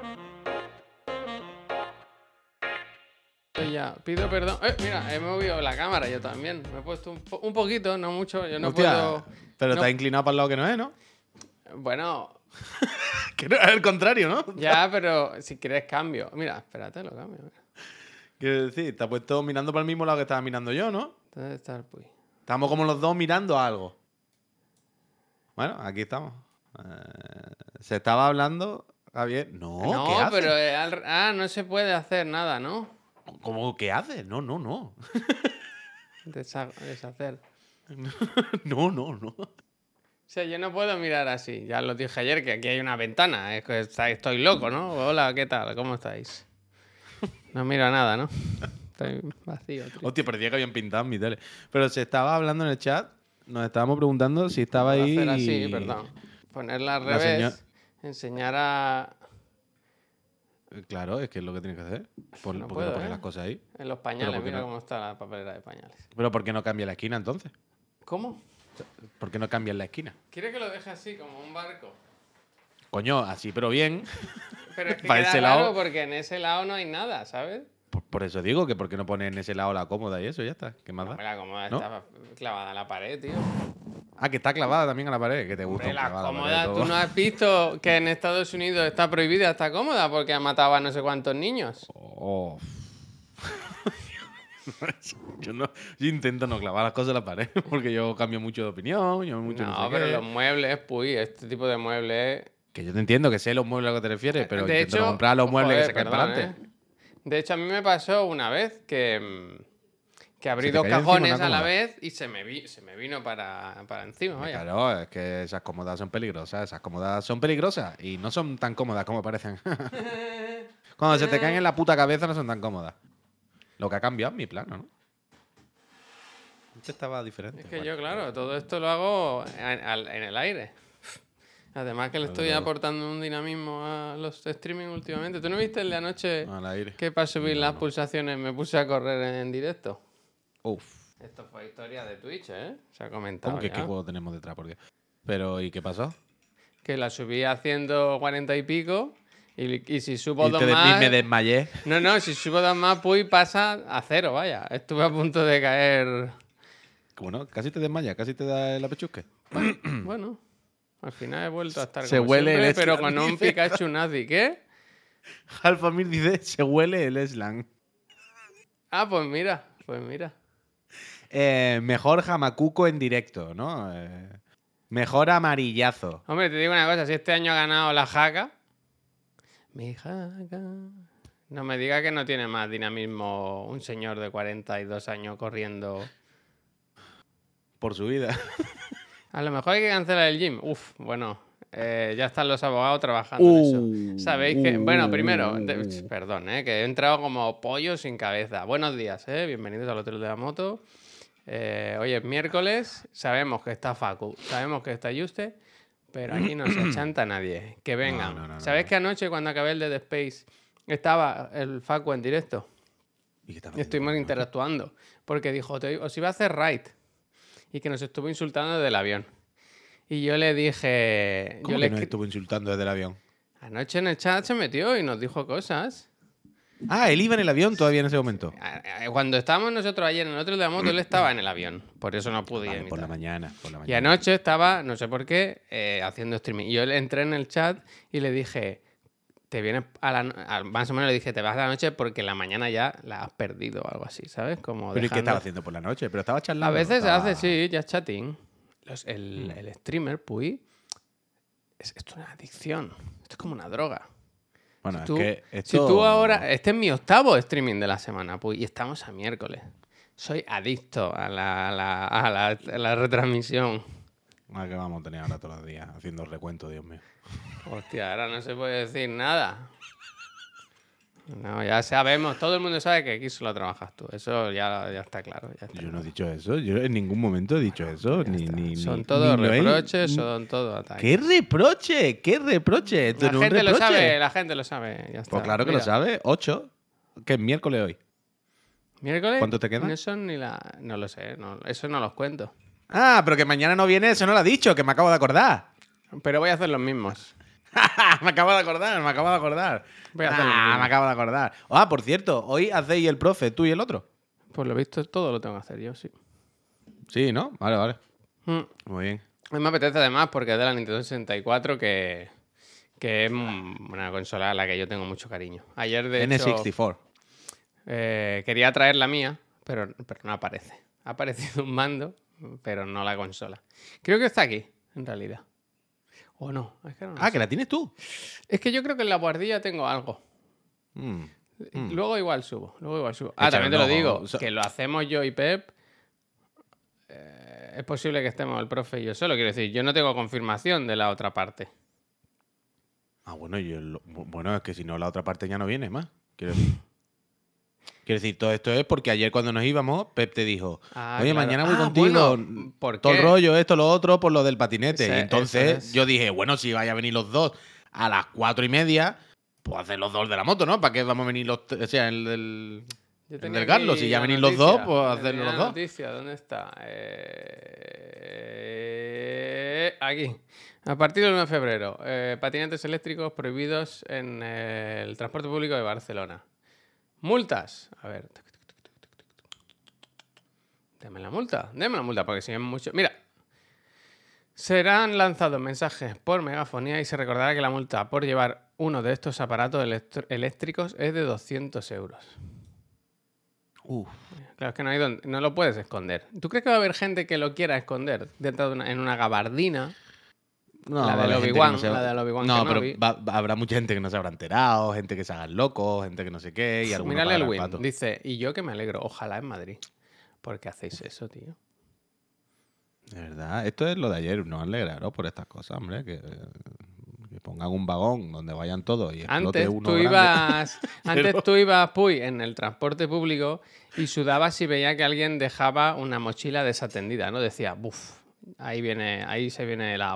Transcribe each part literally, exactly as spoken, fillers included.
Ya, pido perdón. Eh, mira, he movido la cámara yo también. Me he puesto un, po un poquito, no mucho. Yo no Hostia, puedo. Pero no. te has inclinado para el lado que no es, ¿no? Bueno. Que no es el contrario, ¿no? Ya, pero si quieres cambio. Mira, espérate, lo cambio. Mira. Quiero decir, te has puesto mirando para el mismo lado que estaba mirando yo, ¿no? ¿Dónde está el Puy? Estamos como los dos mirando a algo. Bueno, aquí estamos. Eh, se estaba hablando, Javier. No, no ¿qué haces? pero eh, al, ah, no se puede hacer nada, ¿no? ¿Cómo qué haces? No, no, no. Desha deshacer. No, no, no. O sea, yo no puedo mirar así. Ya lo dije ayer que aquí hay una ventana. Es que está, estoy loco, ¿no? Hola, ¿qué tal? ¿Cómo estáis? No miro a nada, ¿no? Estoy vacío. Triste. Hostia, parecía que habían pintado en mi tele. Pero se estaba hablando en el chat. Nos estábamos preguntando si estaba Puedo ahí. hacer así, perdón. Ponerla al La revés. señora- Enseñar a... Claro, es que es lo que tienes que hacer. Por, No ¿Por qué puedo, no pones ¿eh? las cosas ahí? En los pañales, ¿por qué mira no? cómo está la papelera de pañales. Pero ¿por qué no cambia la esquina entonces? ¿Cómo? ¿Por qué no cambias la esquina? ¿Quiere que lo deje así, como un barco? Coño, así pero bien. Pero es que Para queda ese raro lado- porque en ese lado no hay nada, ¿sabes? Por, por eso digo que por qué no pones en ese lado la cómoda y eso, ya está. ¿Qué más No, da? la cómoda ¿No? está clavada en la pared, tío. Ah, que está clavada también a la pared, que te gusta. Hombre, un la clavado a la cómoda, pared, ¿tú todo. no has visto que en Estados Unidos está prohibida esta cómoda porque ha matado a no sé cuántos niños? Oh. yo, no, yo intento no clavar las cosas en la pared porque yo cambio mucho de opinión, yo mucho no, No, sé pero qué. los muebles, puy, este tipo de muebles... Que yo te entiendo que sé los muebles a lo que te refieres, pero de intento hecho, no comprar los muebles joder, que se caen perdón, para adelante. ¿eh? De hecho, a mí me pasó una vez que, mm, que abrí Se te dos cayó encima cajones una a la cómoda. vez y se me, vi, se me vino para, para encima, vaya. Claro, es que esas cómodas son peligrosas, esas cómodas son peligrosas y no son tan cómodas como parecen. Cuando se te caen en la puta cabeza no son tan cómodas. Lo que ha cambiado es mi plano, ¿no? Antes estaba diferente. Es que bueno. yo, claro, todo esto lo hago en, al- en el aire. Además que le estoy Claro. aportando un dinamismo a los streaming últimamente. ¿Tú no viste el de anoche Al aire. que para subir No, las no. pulsaciones me puse a correr en, en directo? Uf. Esto fue historia de Twitch, ¿eh? Se ha comentado ¿Cómo que ya. qué juego tenemos detrás? ¿Por qué? Pero, ¿y qué pasó? Que la subí haciendo cuarenta y pico y, y si subo Y dos te de- y más... me desmayé. No, no, si subo dos más, pues pasa a cero, vaya. Estuve a punto de caer... Bueno, casi te desmayas, casi te da el apechusque. Bueno, al final he vuelto a estar Se como huele siempre, el pero slang, con un dice. Pikachu nazi. ¿Qué? Alfa Mir dice, se huele el slang. Ah, pues mira, pues mira. Eh, mejor jamacuco en directo, ¿no? Eh, mejor amarillazo. Hombre, te digo una cosa, si este año ha ganado la jaca... Mi jaca... No me diga que no tiene más dinamismo un señor de cuarenta y dos años corriendo... Por su vida. A lo mejor hay que cancelar el gym. Uf, bueno, eh, ya están los abogados trabajando en Uh, eso. Sabéis que, bueno, uh, primero, de- uh. perdón, eh, que he entrado como pollo sin cabeza. Buenos días, eh, bienvenidos al Hotel de la Moto. Eh, hoy es miércoles, sabemos que está Facu, sabemos que está Juste, pero aquí no se achanta nadie. Que vengan. No, no, no, ¿Sabéis no. que anoche cuando acabé el Dead Space estaba el Facu en directo? ¿Y qué estás Y estuvimos haciendo? interactuando. Porque dijo, "Te- os iba a hacer raid." Y que nos estuvo insultando desde el avión. Y yo le dije... ¿Cómo yo que le nos escri- estuvo insultando desde el avión? Anoche en el chat se metió y nos dijo cosas. Ah, él iba en el avión todavía en ese momento. A- a- Cuando estábamos nosotros ayer en el otro de la moto, él estaba en el avión. Por eso no pude Vale, ir. por la mañana, por la Y mañana. anoche estaba, no sé por qué, eh, haciendo streaming. Y yo le entré en el chat y le dije... Te vienes a la... no- a- más o menos le dije, te vas a la noche porque la mañana ya la has perdido o algo así, ¿sabes? Como ¿Pero y qué dejando- estaba haciendo por la noche? ¿Pero estaba charlando? A veces se Estaba- hace, sí, ya chatting. Los- el, Mm. el streamer, Puy, es, esto es una adicción. Esto es como una droga. Bueno, Si es tú, que si esto... tú ahora... Este es mi octavo streaming de la semana, Puy, y estamos a miércoles. Soy adicto a la, a la, a la, a la retransmisión. Ah, que vamos a tener ahora todos los días haciendo recuento, Dios mío. Hostia, ahora no se puede decir nada. No, ya sabemos, todo el mundo sabe que aquí solo trabajas tú. Eso ya, ya está claro. Ya está Yo no claro. he dicho eso, yo en ningún momento he dicho eso. Ya Ni, está. ni, Son ni- todos ni lo he- reproches, son todos ataques. ¿Qué reproche? ¿Qué reproche? Esto La no es un gente lo reproche. sabe, la gente lo sabe. Ya está. Pues claro que Mira, lo sabe. Ocho. Que es miércoles hoy. ¿Miércoles? ¿Cuánto te queda? No son ni la... No lo sé, no, eso no los cuento. Ah, pero que mañana no viene, eso no lo ha dicho, que me acabo de acordar. Pero voy a hacer los mismos. me acabo de acordar, me acabo de acordar. Voy a hacer lo Ah, mismo. me acabo de acordar. Ah, por cierto, hoy hacéis el profe, tú y el otro. Por lo visto, todo lo tengo que hacer yo, sí. Sí, ¿no? Vale, vale. Mm. Muy bien. Me apetece además porque es de la Nintendo sesenta y cuatro que, que es mm, una consola a la que yo tengo mucho cariño. Ayer, de N hecho, sesenta y cuatro. eh, quería traer la mía, pero, pero no aparece. Ha aparecido un mando, pero no la consola. Creo que está aquí, en realidad. O no, es que no lo Ah, sé. que la tienes tú. Es que yo creo que en la guardilla tengo algo. Mm. Mm. Luego igual subo, luego igual subo. Ah, Échale también te un lo ojo. digo, O sea- que lo hacemos yo y Pep. eh, es posible que estemos el profe y yo solo. Quiero decir, yo no tengo confirmación de la otra parte. Ah, bueno, yo lo- bueno, es que si no, la otra parte ya no viene más. Quiero decir. Quiero decir, todo esto es porque ayer cuando nos íbamos, Pep te dijo, Ah, oye, claro. mañana voy Ah, contigo. bueno, ¿por todo el qué? rollo, esto, lo otro, por lo del patinete. Ese- y entonces eso es. yo dije, bueno, si vaya a venir los dos a las cuatro y media, pues hacer los dos de la moto, ¿no? ¿Para qué vamos a venir los tres? O sea, el del, Yo el tenía del Carlos. aquí Si ya la venís los dos, noticia, pues le hacerlo tenía los la dos. noticia, ¿dónde está? Eh, Aquí. A partir del uno de febrero, eh, patinetes eléctricos prohibidos en eh, el transporte público de Barcelona. Multas. A ver. Deme la multa. Deme la multa, porque si es mucho. Mira. Serán lanzados mensajes por megafonía y se recordará que la multa por llevar uno de estos aparatos electro- eléctricos es de doscientos euros. Uf. Claro, es que no, hay donde, no lo puedes esconder. ¿Tú crees que va a haber gente que lo quiera esconder dentro de una, en una gabardina? No, La va a del haber gente que Obi-Wan, no se- la del Obi-Wan No, pero Kenobi. va- va- habrá mucha gente que no se habrá enterado, gente que se hagan locos, gente que no sé qué, y alguno Mírale el pagará el Win. pato. Dice, y yo que me alegro, ojalá en Madrid. ¿Por qué hacéis eso, tío? De verdad, esto es lo de ayer, no alegraros por estas cosas, hombre, que, que pongan un vagón donde vayan todos y explote Antes uno tú grande. ibas, antes Pero- tú ibas, puy, en el transporte público y sudabas si veía que alguien dejaba una mochila desatendida, ¿no? Decía, buf, ahí viene, ahí se viene la...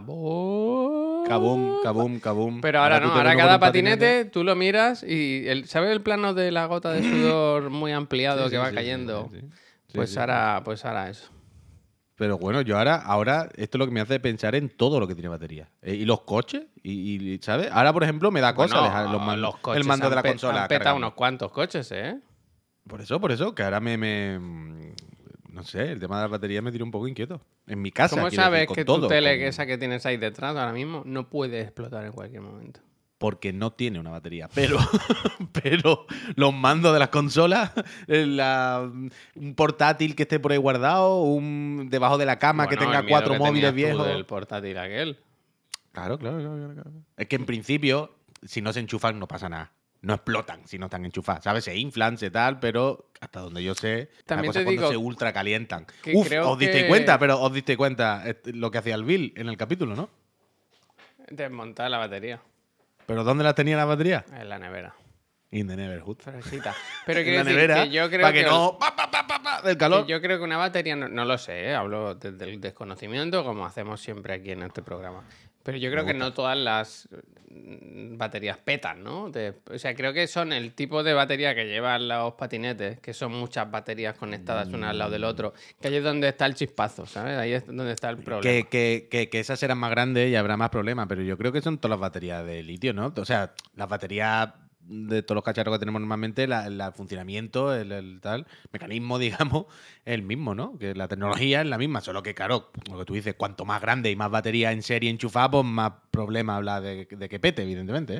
Kabum, kabum, kabum. Pero ahora, tú no, te ahora ves cada con un patinete, tú lo miras y el, ¿sabes el plano de la gota de sudor muy ampliado Sí, que sí, va sí, cayendo? sí, sí, sí. Sí, Pues sí. ahora, pues ahora eso. Pero bueno, yo ahora, ahora, esto es lo que me hace pensar en todo lo que tiene batería. Eh, y los coches, y, y, ¿sabes? Ahora, por ejemplo, me da cosa Bueno, dejar los mandos, los coches el mando han de la pe- consola han petado cargando. unos cuantos coches, ¿eh? Por eso, por eso, que ahora me, me- no sé, el tema de las baterías me tiene un poco inquieto. En mi casa, ¿Cómo quiero sabes decir, con que todo, tu tele, con- que esa que tienes ahí detrás ahora mismo, no puede explotar en cualquier momento? porque no tiene una batería. Pero, pero los mandos de las consolas, eh, la- un portátil que esté por ahí guardado, un debajo de la cama que Bueno, tenga el miedo cuatro que móviles tenías tú viejos. del portátil aquel. Claro, claro, claro, claro, claro. Es que en principio, si no se enchufan, no pasa nada. No explotan si no están enchufados, ¿sabes? Se inflan, se tal, pero hasta donde yo sé, También la cosa te es cuando digo se ultra calientan. que Uf, creo os disteis que- cuenta, pero os disteis cuenta eh, lo que hacía el Bill en el capítulo, ¿no? Desmontar la batería ¿Pero dónde la tenía la batería? en la nevera. In the neighborhood. Fresquita. Pero En quiero la decir nevera, que yo creo para que, que, no... pa, pa, pa, pa, pa, del que calor. yo creo que una batería, no, no lo sé, ¿eh? Hablo desde el desconocimiento, como hacemos siempre aquí en este programa. Pero yo creo que no todas las mm, baterías petan, ¿no? De- o sea, creo que son el tipo de batería que llevan los patinetes, que son muchas baterías conectadas una al lado del otro, que ahí es donde está el chispazo, ¿sabes? Ahí es donde está el problema. Que, que, que, que esas serán más grandes y habrá más problemas, pero yo creo que son todas las baterías de litio, ¿no? O sea, las baterías de todos los cacharros que tenemos normalmente, la- la- el funcionamiento, el, el tal, mecanismo, digamos, es el mismo, ¿no? Que la tecnología es la misma, solo que, claro, lo que tú dices, cuanto más grande y más batería en serie enchufada, pues más problema habla de, de que pete, evidentemente, ¿eh?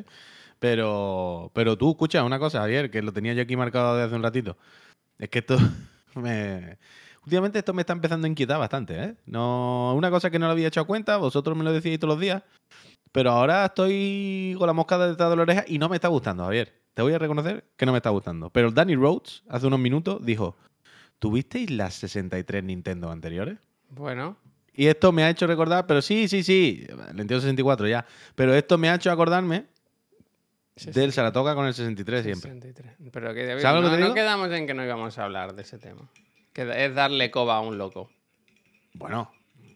Pero, pero tú, escucha una cosa, Javier, que lo tenía yo aquí marcado desde hace un ratito. Es que esto me... Últimamente esto me está empezando a inquietar bastante, ¿eh? No, una cosa que no lo había hecho a cuenta, vosotros me lo decíais todos los días, pero ahora estoy con la mosca detrás de la oreja y no me está gustando, Javier. Te voy a reconocer que no me está gustando. Pero Danny Rhodes, hace unos minutos, dijo, ¿tuvisteis las sesenta y tres Nintendo anteriores? Bueno, Y esto me ha hecho recordar, pero sí, sí, sí, el Nintendo sesenta y cuatro ya, pero esto me ha hecho acordarme del Saratoga con el sesenta y tres siempre. sesenta y tres. Pero que David, ¿Sabes lo no, que te no digo? quedamos en que no íbamos a hablar de ese tema. Que es darle coba a un loco. Bueno,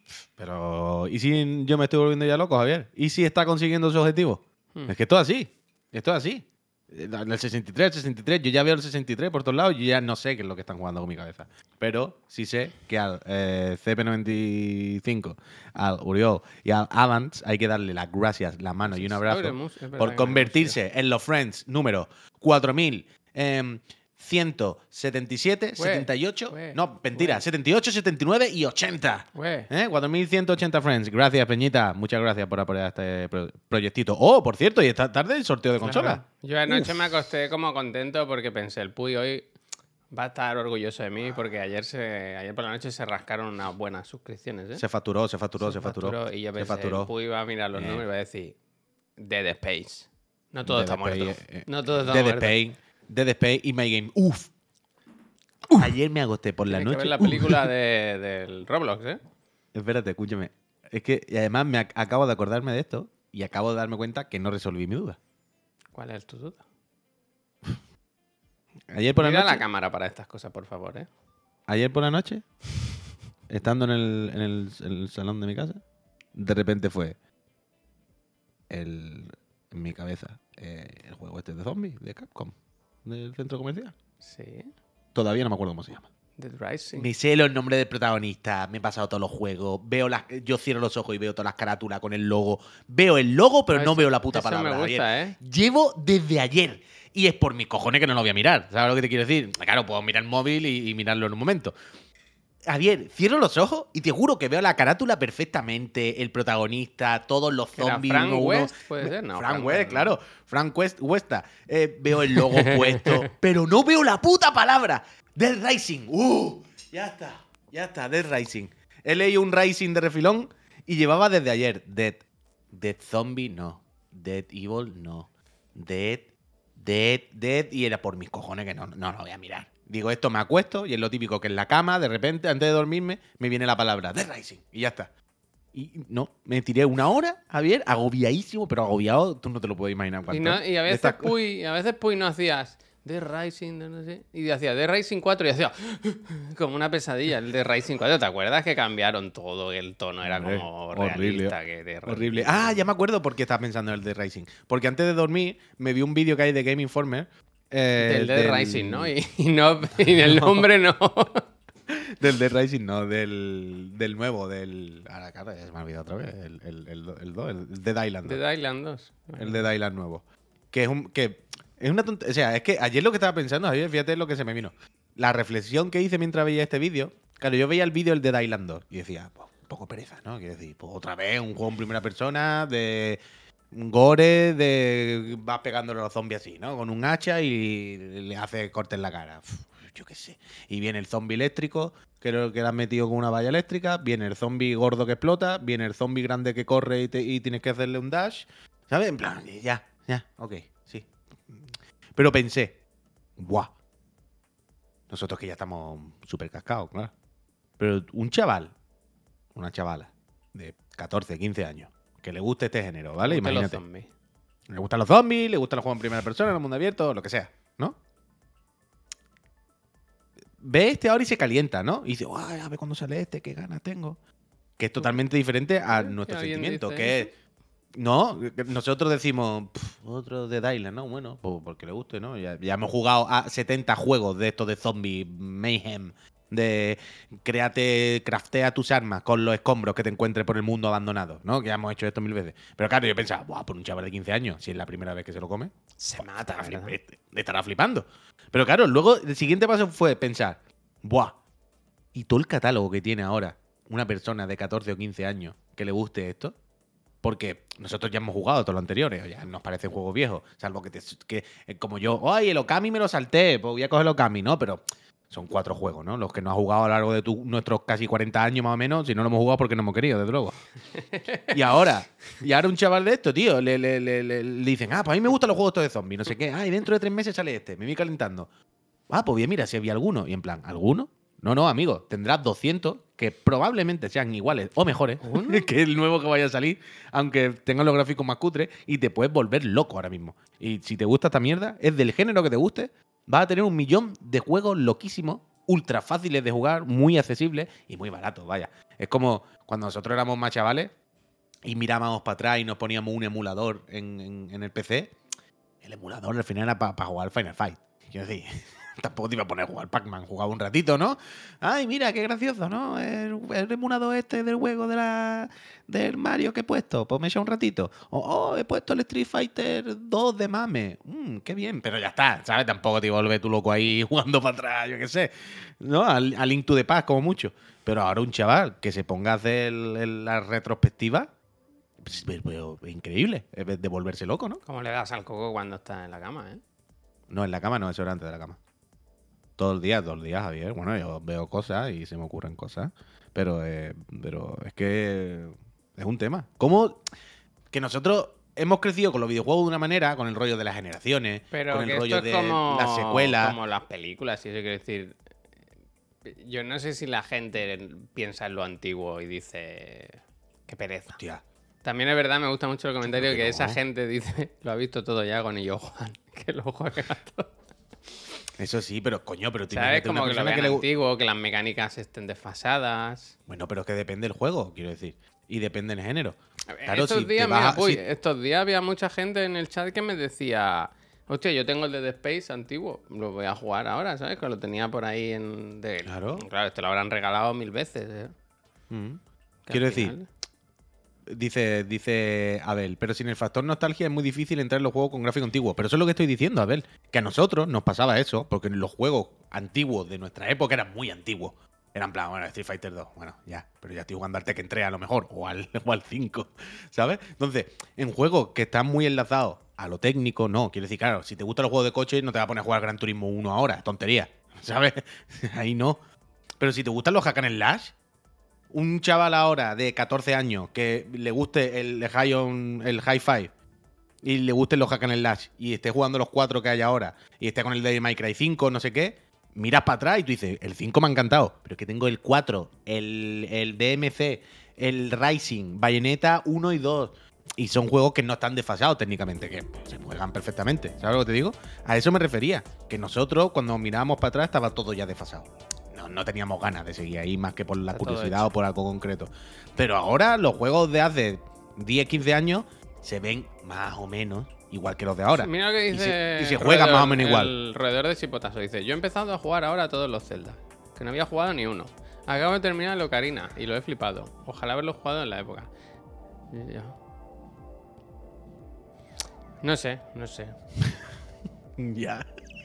pero ¿y si yo me estoy volviendo ya loco, Javier? ¿Y si está consiguiendo su objetivo? Hmm. Es que esto es así, esto es así. El sesenta y tres, el sesenta y tres, yo ya veo el sesenta y tres por todos lados, yo ya no sé qué es lo que están jugando con mi cabeza. Pero sí sé que al eh, C P noventa y cinco, al Uriol y al Avance hay que darle las gracias, la mano y un abrazo por convertirse en los Friends número cuatro mil ciento setenta y siete, setenta y ocho, we, no, mentira, we. setenta y ocho, setenta y nueve y ochenta. We. ¿Eh? cuatro mil ciento ochenta Friends. Gracias, Peñita. Muchas gracias por apoyar este pro proyectito. Oh, por cierto, y esta tarde el sorteo de consola. Claro. Yo anoche Uf. me acosté como contento porque pensé, el Puy hoy va a estar orgulloso de mí porque ayer se ayer por la noche se rascaron unas buenas suscripciones. ¿eh? Se facturó, se facturó, se, se facturó, facturó. Y yo pensé, se facturó. el Puy va a mirar los eh. números y va a decir, Dead Space. No todo Dead está Space, muerto. Eh, no todo está Dead muerto. Space, Dead Space y My Game. Uf. Uf. Ayer me acosté por la Tienes noche. Que ver la película de, del Roblox, ¿eh? Espérate, escúchame. Es que y además me ac acabo de acordarme de esto y acabo de darme cuenta que no resolví mi duda. ¿Cuál es tu duda? Ayer por la Mira noche. la cámara para estas cosas, por favor, ¿eh? Ayer por la noche, estando en el, en el, en el salón de mi casa, de repente fue el, en mi cabeza eh, el juego este de zombies de Capcom, del centro comercial. Sí. Todavía no me acuerdo cómo se llama. Dead Rising. Me sé los nombres del protagonista, me he pasado todos los juegos, veo las, yo cierro los ojos y veo todas las carátulas con el logo. Veo el logo, pero no, no eso, veo la puta eso palabra. Me gusta, ayer. ¿eh? Llevo desde ayer. Y es por mis cojones que no lo voy a mirar. ¿Sabes lo que te quiero decir? Claro, puedo mirar el móvil y, y mirarlo en un momento. Javier, cierro los ojos y te juro que veo la carátula perfectamente, el protagonista, todos los zombies. Frank uno, West, uno. puede ser, no. Frank, Frank West, West, claro. Frank West, Westa. Eh, veo el logo puesto, pero no veo la puta palabra. Dead Rising. ¡Uh! Ya está, ya está, Dead Rising. He leído un Rising de refilón y llevaba desde ayer Dead. Dead Zombie, no. Dead Evil, no. Dead, Dead, Dead. Y era por mis cojones que no, no lo voy a mirar. Digo, esto me acuesto y es lo típico que en la cama, de repente, antes de dormirme, me viene la palabra Dead Rising y ya está. Y no, me tiré una hora, Javier, agobiadísimo, pero agobiado, tú no te lo puedes imaginar cuánto. Y, no, y a veces Esta... Puy, a veces Puy no hacías Dead Rising, no sé, y hacía Dead Rising cuatro y hacía como una pesadilla el Dead Rising cuatro. ¿Te acuerdas que cambiaron todo? El tono era Hombre, como horrible, realista. Que de horrible. Ah, ya me acuerdo por qué estaba pensando en el Dead Rising. Porque antes de dormir me vi un vídeo que hay de Game Informer. Eh, del Dead del... Rising, ¿no? Y, y no y el nombre no. Del Dead Rising, no, del, del nuevo, del... Ahora, claro, ya se me ha olvidado otra vez. El, el, el, el, el, el Dead Island dos. Dead Island dos. El Dead Island nuevo. Que es un... Que es una tontería. O sea, es que ayer lo que estaba pensando, Javier, fíjate lo que se me vino. La reflexión que hice mientras veía este vídeo. Claro, yo veía el vídeo del Dead Island dos y decía, pues, un poco pereza, ¿no? Quiero decir, pues otra vez un juego en primera persona de... gore, de vas pegándole a los zombies así, ¿no? Con un hacha y le hace corte en la cara. Uf, yo qué sé. Y viene el zombie eléctrico, que lo que le han metido con una valla eléctrica. Viene el zombie gordo que explota. Viene el zombie grande que corre y, te, y tienes que hacerle un dash. ¿Sabes? En plan, ya, ya, ok, sí. Pero pensé, ¡buah! Nosotros que ya estamos súper cascados, claro. Pero un chaval, una chavala de catorce, quince años, que le guste este género, ¿vale? Le Imagínate. Los zombies. Le gustan los zombies, le gustan los juegos en primera persona, en el mundo abierto, lo que sea, ¿no? Ve este ahora y se calienta, ¿no? Y dice, ¡ay, a ver cuándo sale este! ¡Qué ganas tengo! Que es totalmente diferente a nuestro sentimiento, que es... No, nosotros decimos, otro de Dylan, ¿no? Bueno, pues porque le guste, ¿no? Ya, ya hemos jugado a setenta juegos de estos de zombies, mayhem, de créate, craftea tus armas con los escombros que te encuentres por el mundo abandonado, ¿no? Que ya hemos hecho esto mil veces. Pero claro, yo pensaba, buah, por un chaval de quince años, si es la primera vez que se lo come, se pues, mata, estará, flip estará flipando. Pero claro, luego el siguiente paso fue pensar, buah, y todo el catálogo que tiene ahora una persona de catorce o quince años que le guste esto. Porque nosotros ya hemos jugado todos los anteriores, ya nos parece un juego viejo, salvo que, te, que como yo, ¡ay, el Okami me lo salté! Pues voy a coger el Okami, ¿no? Pero son cuatro juegos, ¿no? Los que no has jugado a lo largo de tu, nuestros casi cuarenta años más o menos, si no lo hemos jugado porque no hemos querido, desde luego. Y ahora, y ahora un chaval de esto, tío, le, le, le, le, le dicen, ah, pues a mí me gustan los juegos estos de zombies, no sé qué, ah, y dentro de tres meses sale este, me voy calentando. Ah, pues bien, mira, si había alguno. Y en plan, ¿alguno? No, no, amigo, tendrás doscientos que probablemente sean iguales o mejores que el nuevo que vaya a salir, aunque tengan los gráficos más cutres, y te puedes volver loco ahora mismo. Y si te gusta esta mierda, es del género que te guste, vas a tener un millón de juegos loquísimos, ultra fáciles de jugar, muy accesibles y muy baratos, vaya. Es como cuando nosotros éramos más chavales y mirábamos para atrás y nos poníamos un emulador en, en, en el P C. el emulador al final era para jugar al Final Fight. Quiero decir, tampoco te iba a poner a jugar Pac-Man, jugaba un ratito, ¿no? Ay, mira, qué gracioso, ¿no? El, el emulador este del juego de la, del Mario que he puesto, pues me echa un ratito. O, oh, he puesto el Street Fighter dos de mame. Mm, qué bien, pero ya está, ¿sabes? Tampoco te vuelves tú loco ahí jugando para atrás, yo qué sé. ¿No? Al, al Link to the Past, como mucho. Pero ahora un chaval que se ponga a hacer el, el, la retrospectiva, pues, pues, pues, increíble, es de volverse loco, ¿no? ¿Cómo le das al coco cuando estás en la cama, eh? No, en la cama no, eso era antes de la cama. Todo el día, todo el día, Javier. Bueno, yo veo cosas y se me ocurren cosas, pero, eh, pero es que es un tema. ¿Cómo que nosotros hemos crecido con los videojuegos de una manera, con el rollo de las generaciones, Pero con que el rollo esto es de como, las secuelas? como las películas, y eso quiere decir. Yo no sé si la gente piensa en lo antiguo y dice. Qué pereza. Hostia, También es verdad, me gusta mucho el comentario que que no. esa gente dice, lo ha visto todo ya con Illo Juan, que lo juega todo. eso sí, pero coño, pero tú ¿Sabes? imagínate una Como que lo persona vean que le... antiguo, que las mecánicas estén desfasadas. Bueno, pero es que depende del juego, quiero decir. Y depende del género. Claro, estos si te días, vas mira, a- uy, si- estos días había mucha gente en el chat que me decía, hostia, yo tengo el de Dead Space antiguo, lo voy a jugar ahora, ¿sabes? Que lo tenía por ahí en... De... Claro. Claro, esto lo habrán regalado mil veces, ¿eh? Mm. Que Quiero al decir, final- Dice, dice Abel, pero sin el factor nostalgia es muy difícil entrar en los juegos con gráfico antiguo. Pero eso es lo que estoy diciendo, Abel. Que a nosotros nos pasaba eso, porque los juegos antiguos de nuestra época eran muy antiguos. Eran en plan, bueno, Street Fighter dos, bueno, ya, pero ya estoy jugando al Tekken tres a lo mejor, o al, o al cinco, ¿sabes? Entonces, en juegos que están muy enlazados a lo técnico, no. Quiero decir, claro, si te gustan los juegos de coche, no te vas a poner a jugar Gran Turismo uno ahora, tontería, ¿sabes? Ahí no. Pero si te gustan los hack and slash, un chaval ahora de catorce años que le guste el high on, el high five y le gusten los hack and slash y esté jugando los cuatro que hay ahora y esté con el Devil May Cry cinco, no sé qué, miras para atrás y tú dices, el cinco me ha encantado, pero es que tengo el cuatro, el, el D M C, el Rising, Bayonetta uno y dos. Y son juegos que no están desfasados técnicamente, que se juegan perfectamente. ¿Sabes lo que te digo? A eso me refería. Que nosotros, cuando mirábamos para atrás, estaba todo ya desfasado. No, no teníamos ganas de seguir ahí más que por la Está todo curiosidad hecho. o por algo concreto. Pero ahora los juegos de hace diez, quince años se ven más o menos igual que los de ahora. Mira lo que Y dice. se, y se el juegan roedor- más o menos igual. El roedor de Chipotazo dice: yo he empezado a jugar ahora a todos los Zelda, que no había jugado ni uno. Acabo de terminar el Ocarina y lo he flipado. Ojalá haberlo jugado en la época. Y yo- No sé, no sé. Ya.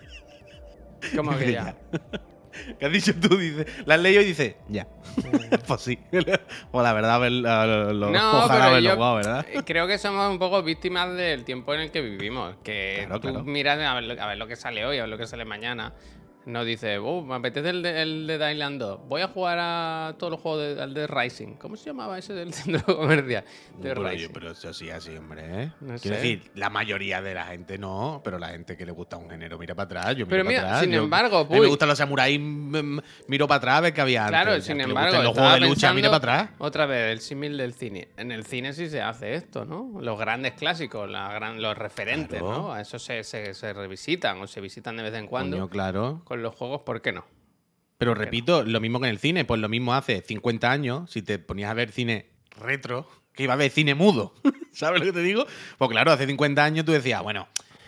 ¿Cómo que ya? ¿Qué has dicho tú? Dice, la has leído y dice, ya. Pues sí. Pues la verdad, ver- lo, lo- No, ojalá pero haberlo yo jugado, ¿verdad? creo que somos un poco víctimas del tiempo en el que vivimos. Que Claro, tú claro. miras a ver, lo, a ver lo que sale hoy, a ver lo que sale mañana. No dices, oh, me apetece el de, el de Island dos. Voy a jugar a todos los juegos de, al de Rising. ¿Cómo se llamaba ese del centro comercial? De Pero, Rising. pero eso sí, así, hombre. ¿eh? No Quiero sé. decir, la mayoría de la gente no, pero la gente que le gusta un género mira para atrás. Yo miro Pero para mira, atrás. sin yo- embargo, a mí me Puy. gustan los samuráis, mm, mm, miro para atrás a ver qué había antes. Claro, Ya sin que le embargo, gusten los estaba juegos de lucha, mire pensando para atrás. otra vez el símil del cine. En el cine sí se hace esto, ¿no? Los grandes clásicos, la gran, los referentes, Claro. ¿no? A eso se, se, se revisitan o se visitan de vez en cuando. Coño, claro. Con los juegos, ¿por qué no? Pero repito, lo mismo que en el cine, pues lo mismo hace cincuenta años, si te ponías a ver cine retro, que iba a ver cine mudo. ¿Sabes lo que te digo? Pues claro, hace cincuenta años tú decías, bueno,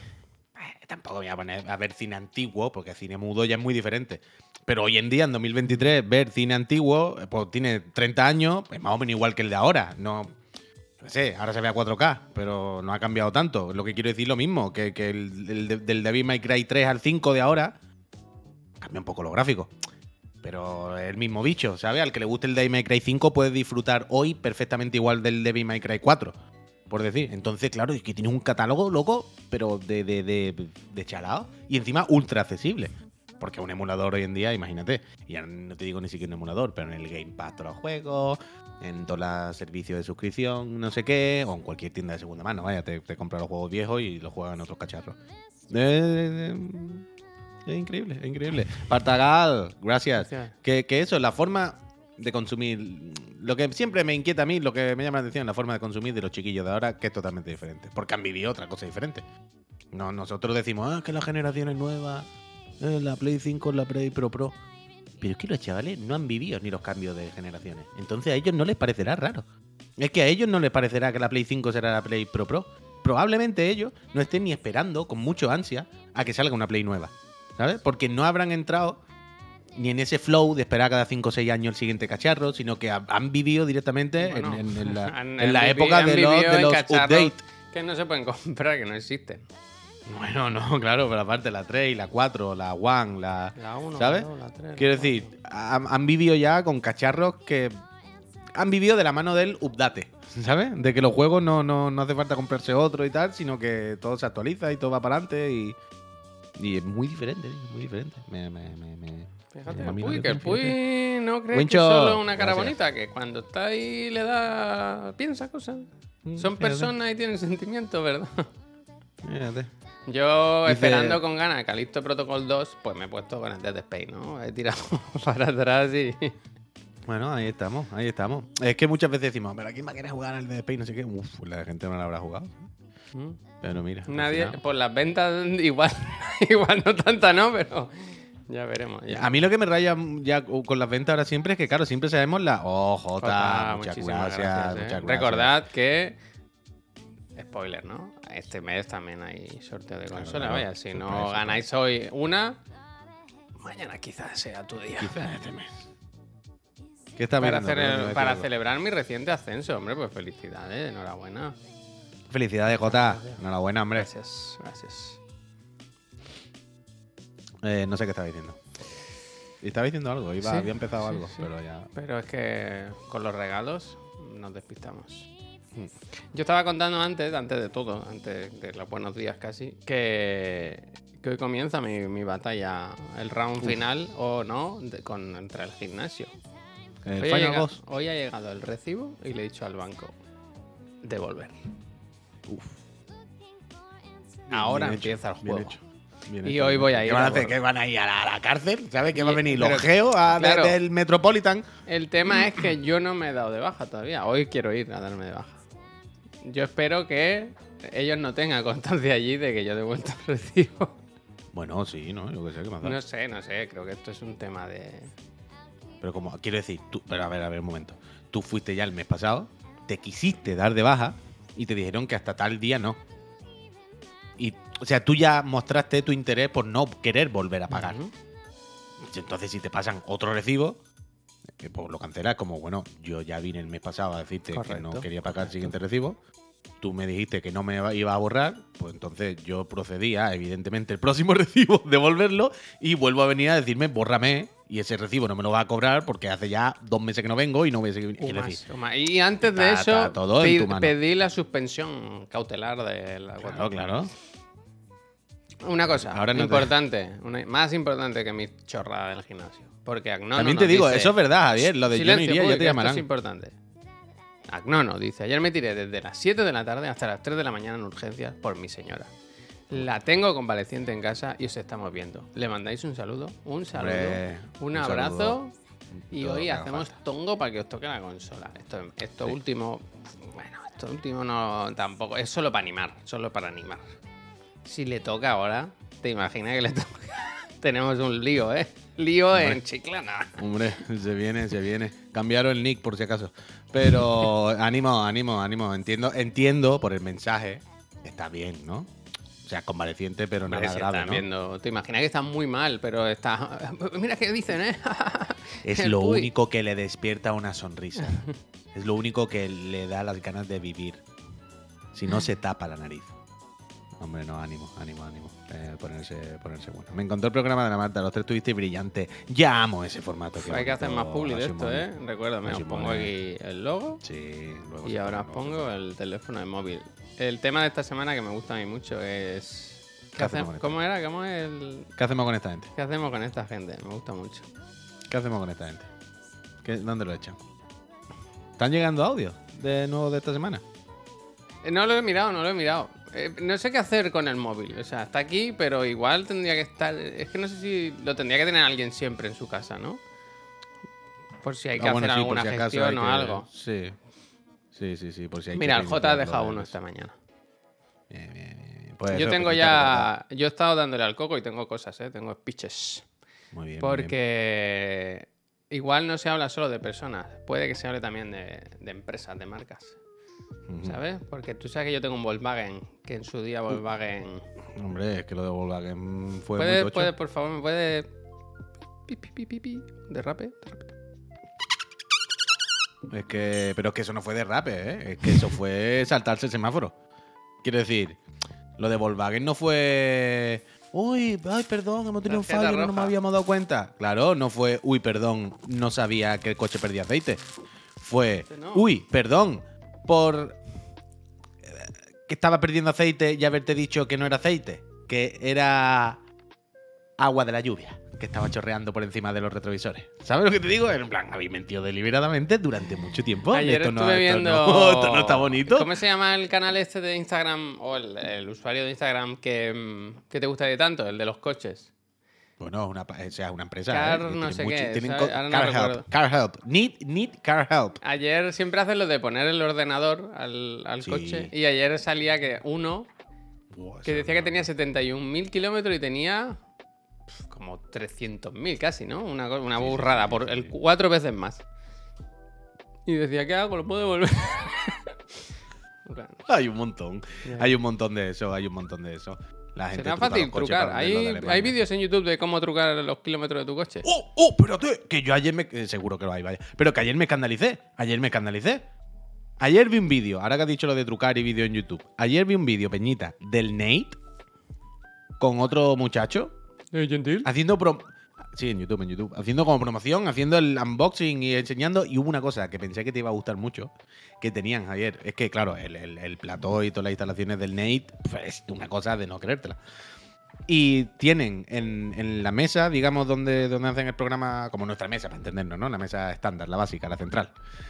eh, tampoco me voy a poner a ver cine antiguo, porque cine mudo ya es muy diferente. Pero hoy en día, en dos mil veintitrés, ver cine antiguo, eh, pues tiene treinta años, es más o menos igual que el de ahora. No, no sé, ahora se ve a cuatro K, pero no ha cambiado tanto. Lo que quiero decir lo mismo, que, que el, el de- del Devil May Cry tres al cinco de ahora cambia un poco los gráficos. Pero es el mismo bicho, ¿sabes? Al que le guste el Devil May Cry cinco puede disfrutar hoy perfectamente igual del Devil May Cry cuatro, por decir. Entonces, claro, es que tienes un catálogo, loco, pero de, de, de, de chalao. Y encima ultra accesible. Porque un emulador hoy en día, imagínate, y ya no te digo ni siquiera un emulador, pero en el Game Pass todos los juegos, en todos los servicios de suscripción, no sé qué, o en cualquier tienda de segunda mano, vaya, te, te compras los juegos viejos y los juegas en otros cacharros. Eh, eh, es increíble, es increíble. Partagal, gracias. Gracias. Que, que eso, la forma de consumir, lo que siempre me inquieta a mí, lo que me llama la atención, la forma de consumir de los chiquillos de ahora, que es totalmente diferente. Porque han vivido otra cosa diferente. No, nosotros decimos, ah, que la generación es nueva, eh, la Play cinco es la Play Pro Pro. Pero es que los chavales no han vivido ni los cambios de generaciones. Entonces a ellos no les parecerá raro. Es que a ellos no les parecerá que la Play cinco será la Play Pro Pro. probablemente ellos no estén ni esperando con mucho ansia a que salga una Play nueva, ¿sabes? Porque no habrán entrado ni en ese flow de esperar cada cinco o seis años el siguiente cacharro, sino que ha- han vivido directamente Bueno, en, en- en la, han- en han la vivi- época han de los, vivido de en los cacharros updates. que no se pueden comprar, que no existen. Bueno, no, claro, pero aparte la tres, la cuatro, la One, la... La uno, ¿sabes? la dos, la tres, Quiero la decir, han, han vivido ya con cacharros que han vivido de la mano del update, ¿sabes? De que los juegos no, no, no hace falta comprarse otro y tal, sino que todo se actualiza y todo va para adelante y, y es muy diferente, ¿eh? Muy diferente. Me, me, me, me- Fíjate, me el ilumina Puy, la que el atención, fíjate. Puy no crees Wincho, que es solo una cara gracias. bonita, que cuando está ahí le da... piensa cosas. Mm, Son fíjate. personas y tienen sentimientos, ¿verdad? Fíjate. Yo, Dice- esperando con ganas Calixto Protocol dos, pues me he puesto con el Dead Space, ¿no? He tirado para atrás y... Bueno, ahí estamos, ahí estamos. Es que muchas veces decimos, pero ¿quién va a querer jugar al Dead Space? No sé qué. Uf, la gente no la habrá jugado. Mm. Pero mira. al Nadie, final- por las ventas igual, igual no tanta, ¿no? Pero ya veremos. Ya. A mí lo que me raya ya con las ventas ahora siempre es que, claro, siempre sabemos la. Oh, Jota, Jota, muchas muchísimas gracias, gracias, ¿eh? muchas gracias. Recordad que... Spoiler, ¿no? Este mes también hay sorteo de Claro, consola. claro. Vaya, si Sorpresa, no sorpresa. ganáis hoy una, mañana quizás sea tu día. Quizás este mes. ¿Qué está Para, mirando? hacer Perdón, el- iba a decir para algo. celebrar mi reciente ascenso, hombre, pues felicidades, enhorabuena. Felicidades, Jota. Enhorabuena, hombre. Gracias, gracias. Eh, no sé qué estaba diciendo. Estaba diciendo algo, iba, Sí, había empezado sí, algo, sí. pero ya. Pero es que con los regalos nos despistamos. Hmm. Yo estaba contando antes, antes de todo, antes de los buenos días casi, que, que hoy comienza mi, mi batalla, el round final o no, de- con, contra el gimnasio. El Hoy ha, Final llegado, Boss. hoy ha llegado el recibo y le he dicho al banco, devolver. Uf. Ahora Bien hecho, empieza el bien juego. hecho, bien Y hecho, hoy bien voy hecho. a ir ¿Qué van a a hacer? por- ¿Qué van a ir a la, a la cárcel? ¿Sabes? ¿Qué va a Y- venir? pero- Los geos a- de- claro. del Metropolitan. El tema es que yo no me he dado de baja todavía. Hoy quiero ir a darme de baja. Yo espero que ellos no tengan constancia allí de que yo he devuelto el recibo. Bueno, sí, ¿no? Yo qué sé, ¿qué más da? No sé, no sé. Creo que esto es un tema de... Pero como, quiero decir, tú, pero a ver, a ver, un momento. Tú fuiste ya el mes pasado, te quisiste dar de baja y te dijeron que hasta tal día no. Y, o sea, tú ya mostraste tu interés por no querer volver a pagar. Ujú. Entonces, si te pasan otro recibo, eh, pues lo cancelas como, bueno, yo ya vine el mes pasado a decirte que Correcto, no quería pagar el correcto. siguiente recibo. Tú me dijiste que no me iba a borrar, pues entonces yo procedía, evidentemente, el próximo recibo, devolverlo y vuelvo a venir a decirme, bórrame, y ese recibo no me lo va a cobrar porque hace ya dos meses que no vengo y no voy a seguir. Un Quiero más, decir, un más. Y antes de Está- eso, está todo en pe- tu mano. pedí la suspensión cautelar de la claro, claro. Una cosa Ahora no te- importante, una- más importante que mi chorrada del gimnasio. Porque Agnono También nos te digo, dice- eso es verdad, Javier. Lo de yo no Silencio, iría, Puy, ya te que esto llamarán. es importante. Agnono dice, ayer me tiré desde las siete de la tarde hasta las tres de la mañana en urgencias por mi señora. La tengo convaleciente en casa y os estamos viendo. ¿Le mandáis un saludo? Un saludo. Hombre, un, un abrazo. saludo. Y Todo lo hoy que haga hacemos falta. tongo para que os toque la consola. Esto, esto Sí. último, bueno, esto último no tampoco. Es solo para animar, solo para animar. Si le toca ahora, te imaginas que le toca. Tenemos un lío, ¿eh? Lío en Chiclana. Hombre, se viene, se viene. Cambiaron el nick por si acaso. Pero ánimo, ánimo, ánimo. Entiendo, entiendo por el mensaje. Está bien, ¿no? O sea, convaleciente, pero Hombre, nada si grave, están ¿no? viendo, te imaginas que está muy mal, pero está. Mira qué dicen, ¿eh? Es El lo Puy. único que le despierta una sonrisa. Es lo único que le da las ganas de vivir. Si no, se tapa la nariz. Hombre, no, ánimo, ánimo, ánimo. Eh, ponerse, ponerse bueno. Me encantó el programa de la Marta, los tres estuviste brillante. Ya amo ese formato. qué Hay que hacer bonito, más publi de Así esto, Moni. ¿eh? Recuérdame, Así os pongo Moni. aquí el logo Sí, luego y se ahora os pone, luego se pongo pone. el teléfono de móvil. El tema de esta semana que me gusta a mí mucho es. ¿Qué ¿Qué hacemos hacemos? con esto? ¿Cómo era? ¿Cómo es el.? ¿Qué hacemos con esta gente? ¿Qué hacemos con esta gente? Me gusta mucho. ¿Qué hacemos con esta gente? ¿Qué- ¿Dónde lo echan? ¿Están llegando audios de nuevo de esta semana? Eh, No lo he mirado, no lo he mirado. Eh, no sé qué hacer con el móvil. O sea, está aquí, pero igual tendría que estar. Es que no sé si lo tendría que tener alguien siempre en su casa, ¿no? Por si hay que Ah, bueno, hacer sí, por alguna si acaso gestión hay o que- algo. Sí. Sí, sí, sí, por si hay Mira, que el J ha reiniciarlo dejado de uno eso. esta mañana. Bien, bien, bien. Pues Yo eso, tengo pues, ya. Yo he estado dándole al coco y tengo cosas, ¿eh? Tengo speeches. Muy bien. muy bien. Porque igual no se habla solo de personas, puede que se hable también de, de empresas, de marcas. ¿Sabes? Porque tú sabes que yo tengo un Volkswagen, que en su día Volkswagen... Hombre, es que lo de Volkswagen fue ¿Puedes, muy tocho. puedes, por favor, me puede... Pi, pi, pi, pi, pi. Derrape, derrape. Es que, pero es que eso no fue derrape, ¿eh? Es que eso fue saltarse el semáforo. Quiero decir, lo de Volkswagen no fue... Uy, ay, perdón, hemos tenido un Tarjeta fallo, no nos roja. habíamos dado cuenta. Claro, no fue, uy, perdón, no sabía que el coche perdía aceite. Fue, Este no. uy, perdón, por eh, que estaba perdiendo aceite y haberte dicho que no era aceite, que era agua de la lluvia, que estaba chorreando por encima de los retrovisores. ¿Sabes lo que te digo? En plan, habéis mentido deliberadamente durante mucho tiempo. Ayer esto no, estuve esto viendo... no- esto no está bonito. ¿Cómo se llama el canal este de Instagram? O el, el usuario de Instagram que, mm, que te gusta de tanto, el de los coches. Bueno, una, pa- o sea, una empresa. Car ¿eh? Que no tienen sé mucho- qué, tienen ¿sabes? co- Ahora no car recuerdo. help, car help. Need, need car help. Ayer siempre hacen lo de poner el ordenador al, al Sí. coche. Y ayer salía que uno Buah, que eso decía no- que tenía setenta y un mil kilómetros y tenía pf, como trescientos mil casi, ¿no? Una, co- una Sí, sí, burrada, sí, por sí, el sí. cuatro veces más. Y decía, ¿qué hago? ¿Lo puedo devolver? Claro. Hay un montón. Ya. Hay un montón de eso, hay un montón de eso. La gente Será truca fácil los coches trucar. para venderlo Hay, de hay Alemania. vídeos en YouTube de cómo trucar los kilómetros de tu coche. ¡Oh, oh, espérate! Que yo ayer me... eh, Seguro que lo hay, vaya. Pero que ayer me escandalicé. Ayer me escandalicé. Ayer vi un vídeo, ahora que has dicho lo de trucar y vídeo en YouTube. Ayer vi un vídeo, Peñita, del Nate con otro muchacho ¿Eh, Gentil? haciendo prom... Sí, en YouTube, en YouTube. Haciendo como promoción, haciendo el unboxing y enseñando. Y hubo una cosa que pensé que te iba a gustar mucho, que tenían ayer. Es que, claro, el, el, el plató y todas las instalaciones del Nate, pues, es una cosa de no creértela. Y tienen en, en la mesa, digamos, donde, donde hacen el programa, como nuestra mesa, para entendernos, ¿no? La mesa estándar, la básica, la central.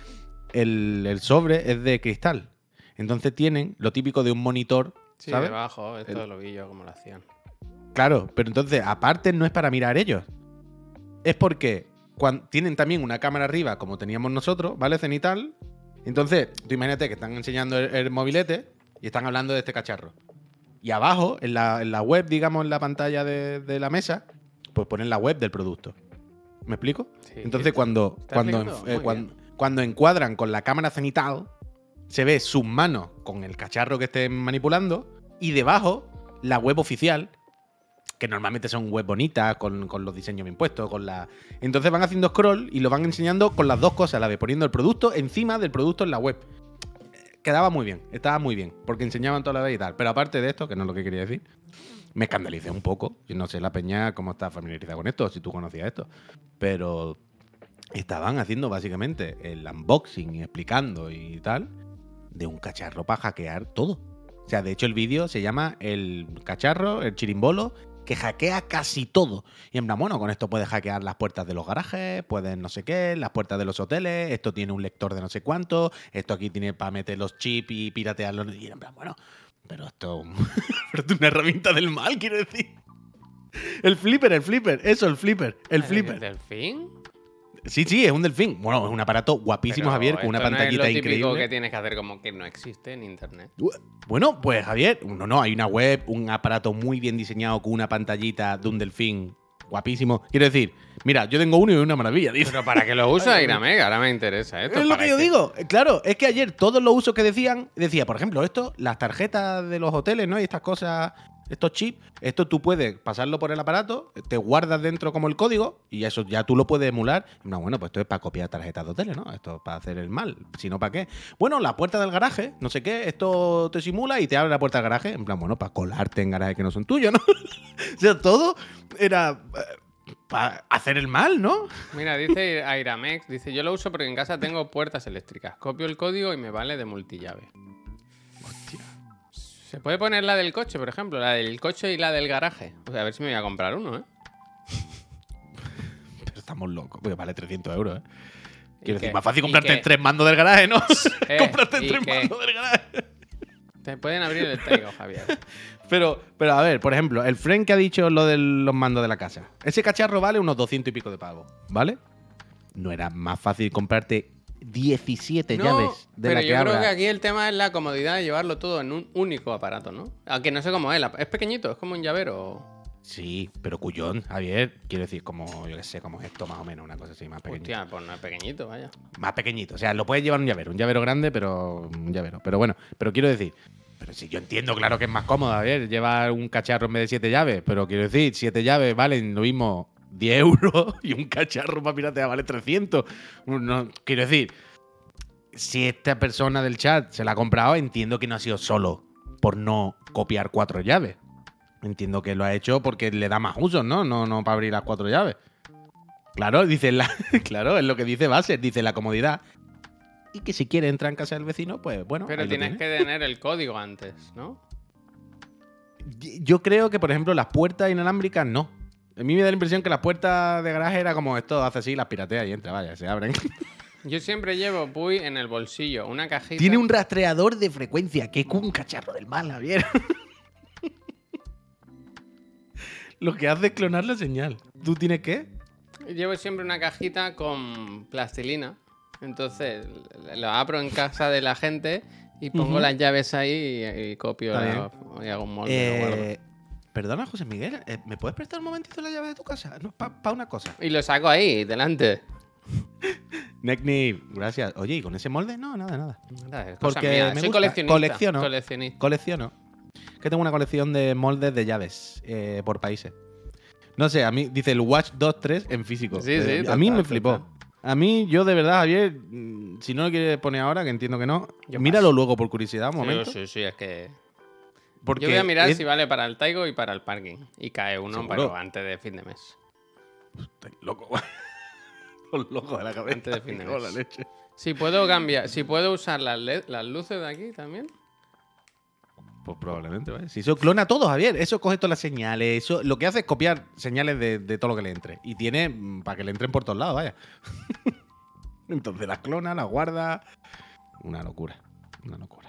El, el sobre es de cristal. Entonces tienen lo típico de un monitor, Sí, ¿sabes? debajo. Esto El- lo vi yo como lo hacían. Claro, pero entonces, aparte, no es para mirar ellos. Es porque cuan- tienen también una cámara arriba, como teníamos nosotros, ¿vale? Cenital. Entonces, tú imagínate que están enseñando el, el mobilete y están hablando de este cacharro. Y abajo, en la, en la web, digamos, en la pantalla de, de la mesa, pues ponen la web del producto. ¿Me explico? Sí, Entonces, sí. cuando, Está cuando, explicando eh, muy cuan- bien. cuando encuadran con la cámara cenital, se ve sus manos con el cacharro que estén manipulando y debajo la web oficial, que normalmente son web bonitas, con, con los diseños bien puestos, con la... Entonces van haciendo scroll y lo van enseñando con las dos cosas, la de poniendo el producto encima del producto en la web. Quedaba muy bien, estaba muy bien, porque enseñaban toda la vez y tal. Pero aparte de esto, que no es lo que quería decir, me escandalicé un poco. Yo no sé la peña cómo está familiarizada con esto, si tú conocías esto. Pero estaban haciendo básicamente el unboxing y explicando y tal de un cacharro para hackear todo. O sea, de hecho el vídeo se llama el cacharro, el chirimbolo, que hackea casi todo. Y en plan, bueno, con esto puedes hackear las puertas de los garajes, puedes no sé qué, las puertas de los hoteles, esto tiene un lector de no sé cuánto, esto aquí tiene para meter los chips y piratearlos. Y en plan, bueno, pero esto, pero esto es una herramienta del mal, quiero decir. El flipper, el flipper, eso, el flipper, el flipper. ¿Delfín? Sí, sí, es un delfín. Bueno, es un aparato guapísimo, Pero Javier, con una esto no pantallita es lo típico increíble. que tienes que hacer como que no existe en internet. Bueno, pues Javier, no, no, hay una web, un aparato muy bien diseñado con una pantallita de un delfín guapísimo. Quiero decir, mira, yo tengo uno y es una maravilla, dice. Pero ¿para qué lo usa Irameg? Ahora me interesa esto. Es lo ¿para que yo qué? digo. Claro, es que ayer todos los usos que decían, decía, por ejemplo, esto, las tarjetas de los hoteles, ¿no? Y estas cosas, estos chips, esto tú puedes pasarlo por el aparato, te guardas dentro como el código y eso ya tú lo puedes emular. No, bueno, pues esto es para copiar tarjetas de hoteles, ¿no? Esto es para hacer el mal. Si no, ¿para qué? Bueno, la puerta del garaje, no sé qué, esto te simula y te abre la puerta del garaje. En plan, bueno, para colarte en garajes que no son tuyos, ¿no? O sea, todo era eh, para hacer el mal, ¿no? Mira, dice Iramex, dice, yo lo uso porque en casa tengo puertas eléctricas. Copio el código y me vale de multillave. Hostia. Se puede poner la del coche, por ejemplo, la del coche y la del garaje. O sea, a ver si me voy a comprar uno, ¿eh? Pero estamos locos, porque vale trescientos euros, ¿eh? ¿Y Quiero qué? decir, más fácil ¿Y comprarte qué? el tres mandos del garaje, ¿no? Eh, comprarte el ¿y tres qué? mandos del garaje. Te pueden abrir el Taigo, Javier. Pero, pero a ver, por ejemplo, el friend que ha dicho lo de los mandos de la casa. Ese cacharro vale unos doscientos y pico de pavos, ¿vale? ¿No era más fácil comprarte diecisiete No, llaves de pero la que yo creo abra? que aquí el tema es la comodidad de llevarlo todo en un único aparato, ¿no? Aunque no sé cómo es. la- Es pequeñito, es como un llavero. Sí, pero cuyón, Javier, quiero decir, como, yo qué sé, como es esto más o menos, una cosa así, más pequeñita. Hostia, pues no es pequeñito, vaya. Más pequeñito, o sea, lo puedes llevar un llavero, un llavero grande, pero un llavero. Pero bueno, pero quiero decir, pero si yo entiendo, claro que es más cómodo, Javier, llevar un cacharro en vez de siete llaves, pero quiero decir, siete llaves valen lo mismo diez euros y un cacharro para piratear vale trescientos. No, quiero decir, si esta persona del chat se la ha comprado, entiendo que no ha sido solo por no copiar cuatro llaves. Entiendo que lo ha hecho porque le da más usos, ¿no? No, no para abrir las cuatro llaves. Claro, dice la, claro, es lo que dice Baser, dice la comodidad. Y que si quiere entrar en casa del vecino, pues bueno. Pero ahí lo tienes tiene. que tener el código antes, ¿no? Yo creo que, por ejemplo, las puertas inalámbricas no. A mí me da la impresión que las puertas de garaje era como esto, hace así, las piratea y entra, vaya, se abren. Yo siempre llevo Puy en el bolsillo, una cajita. Tiene un rastreador de frecuencia, que es un cacharro del mal, Javier. Lo que hace es clonar la señal. ¿Tú tienes qué? Llevo siempre una cajita con plastilina. Entonces lo abro en casa de la gente y pongo Ujú. las llaves ahí y, y copio Está la- y hago un molde. y lo guardo. Eh, perdona, José Miguel, eh, ¿me puedes prestar un momentito la llave de tu casa? No, para una cosa. Y lo saco ahí, delante. Nekni, gracias. Oye, ¿y con ese molde? No, nada, nada. Nada, es cosa Porque mía. me Soy gusta, coleccionista. colecciono. Coleccionista. Colecciono. Que tengo una colección de moldes de llaves eh, por países. No sé, a mí dice el Watch Dogs tres en físico. Sí, Eh, sí, a total, mí me total. flipó. A mí, yo de verdad, Javier, mm, si no lo quieres poner ahora, que entiendo que no, Yo míralo paso. lugóluego por curiosidad, un momento. Sí, sí, sí, es que. Porque Yo voy a mirar es- si vale para el Taigo y para el parking. Y cae uno ¿Seguro? pero antes de fin de mes. Estoy loco. Los locos de la cabeza. Antes de fin de me cago en mes. la leche. Si puedo cambiar, si puedo usar las, L E D las luces de aquí también. Pues probablemente, ¿vale? Si eso clona todo, Javier. Eso coge todas las señales. Eso lo que hace es copiar señales de, de todo lo que le entre. Y tiene mm, para que le entren por todos lados, vaya. Entonces las clona, las guarda. Una locura. Una locura.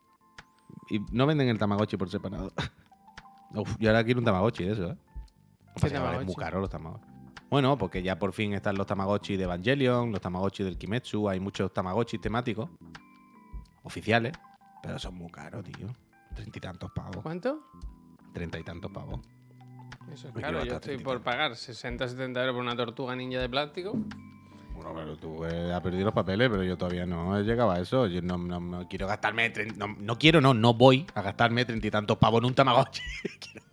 Y no venden el Tamagotchi por separado. Uf, yo ahora quiero un Tamagotchi de eso, ¿eh? ¿Qué Pasa que ahora es Tamagotchi? muy caro los Tamagotchi. Bueno, porque ya por fin están los Tamagotchi de Evangelion, los Tamagotchi del Kimetsu. Hay muchos Tamagotchi temáticos. Oficiales. Pero son muy caros, tío. Treinta y tantos pavos. ¿Cuánto? Treinta y tantos pavos. Eso es Me claro, quiero yo gastar estoy treinta y por tantos. pagar sesenta setenta euros por una tortuga ninja de plástico. Bueno, pero tú eh, has perdido los papeles, pero yo todavía no he llegado a eso. Yo no, no- no quiero gastarme. tre- No, no quiero, no, no voy a gastarme treinta y tantos pavos en un Tamagotchi. Quiero-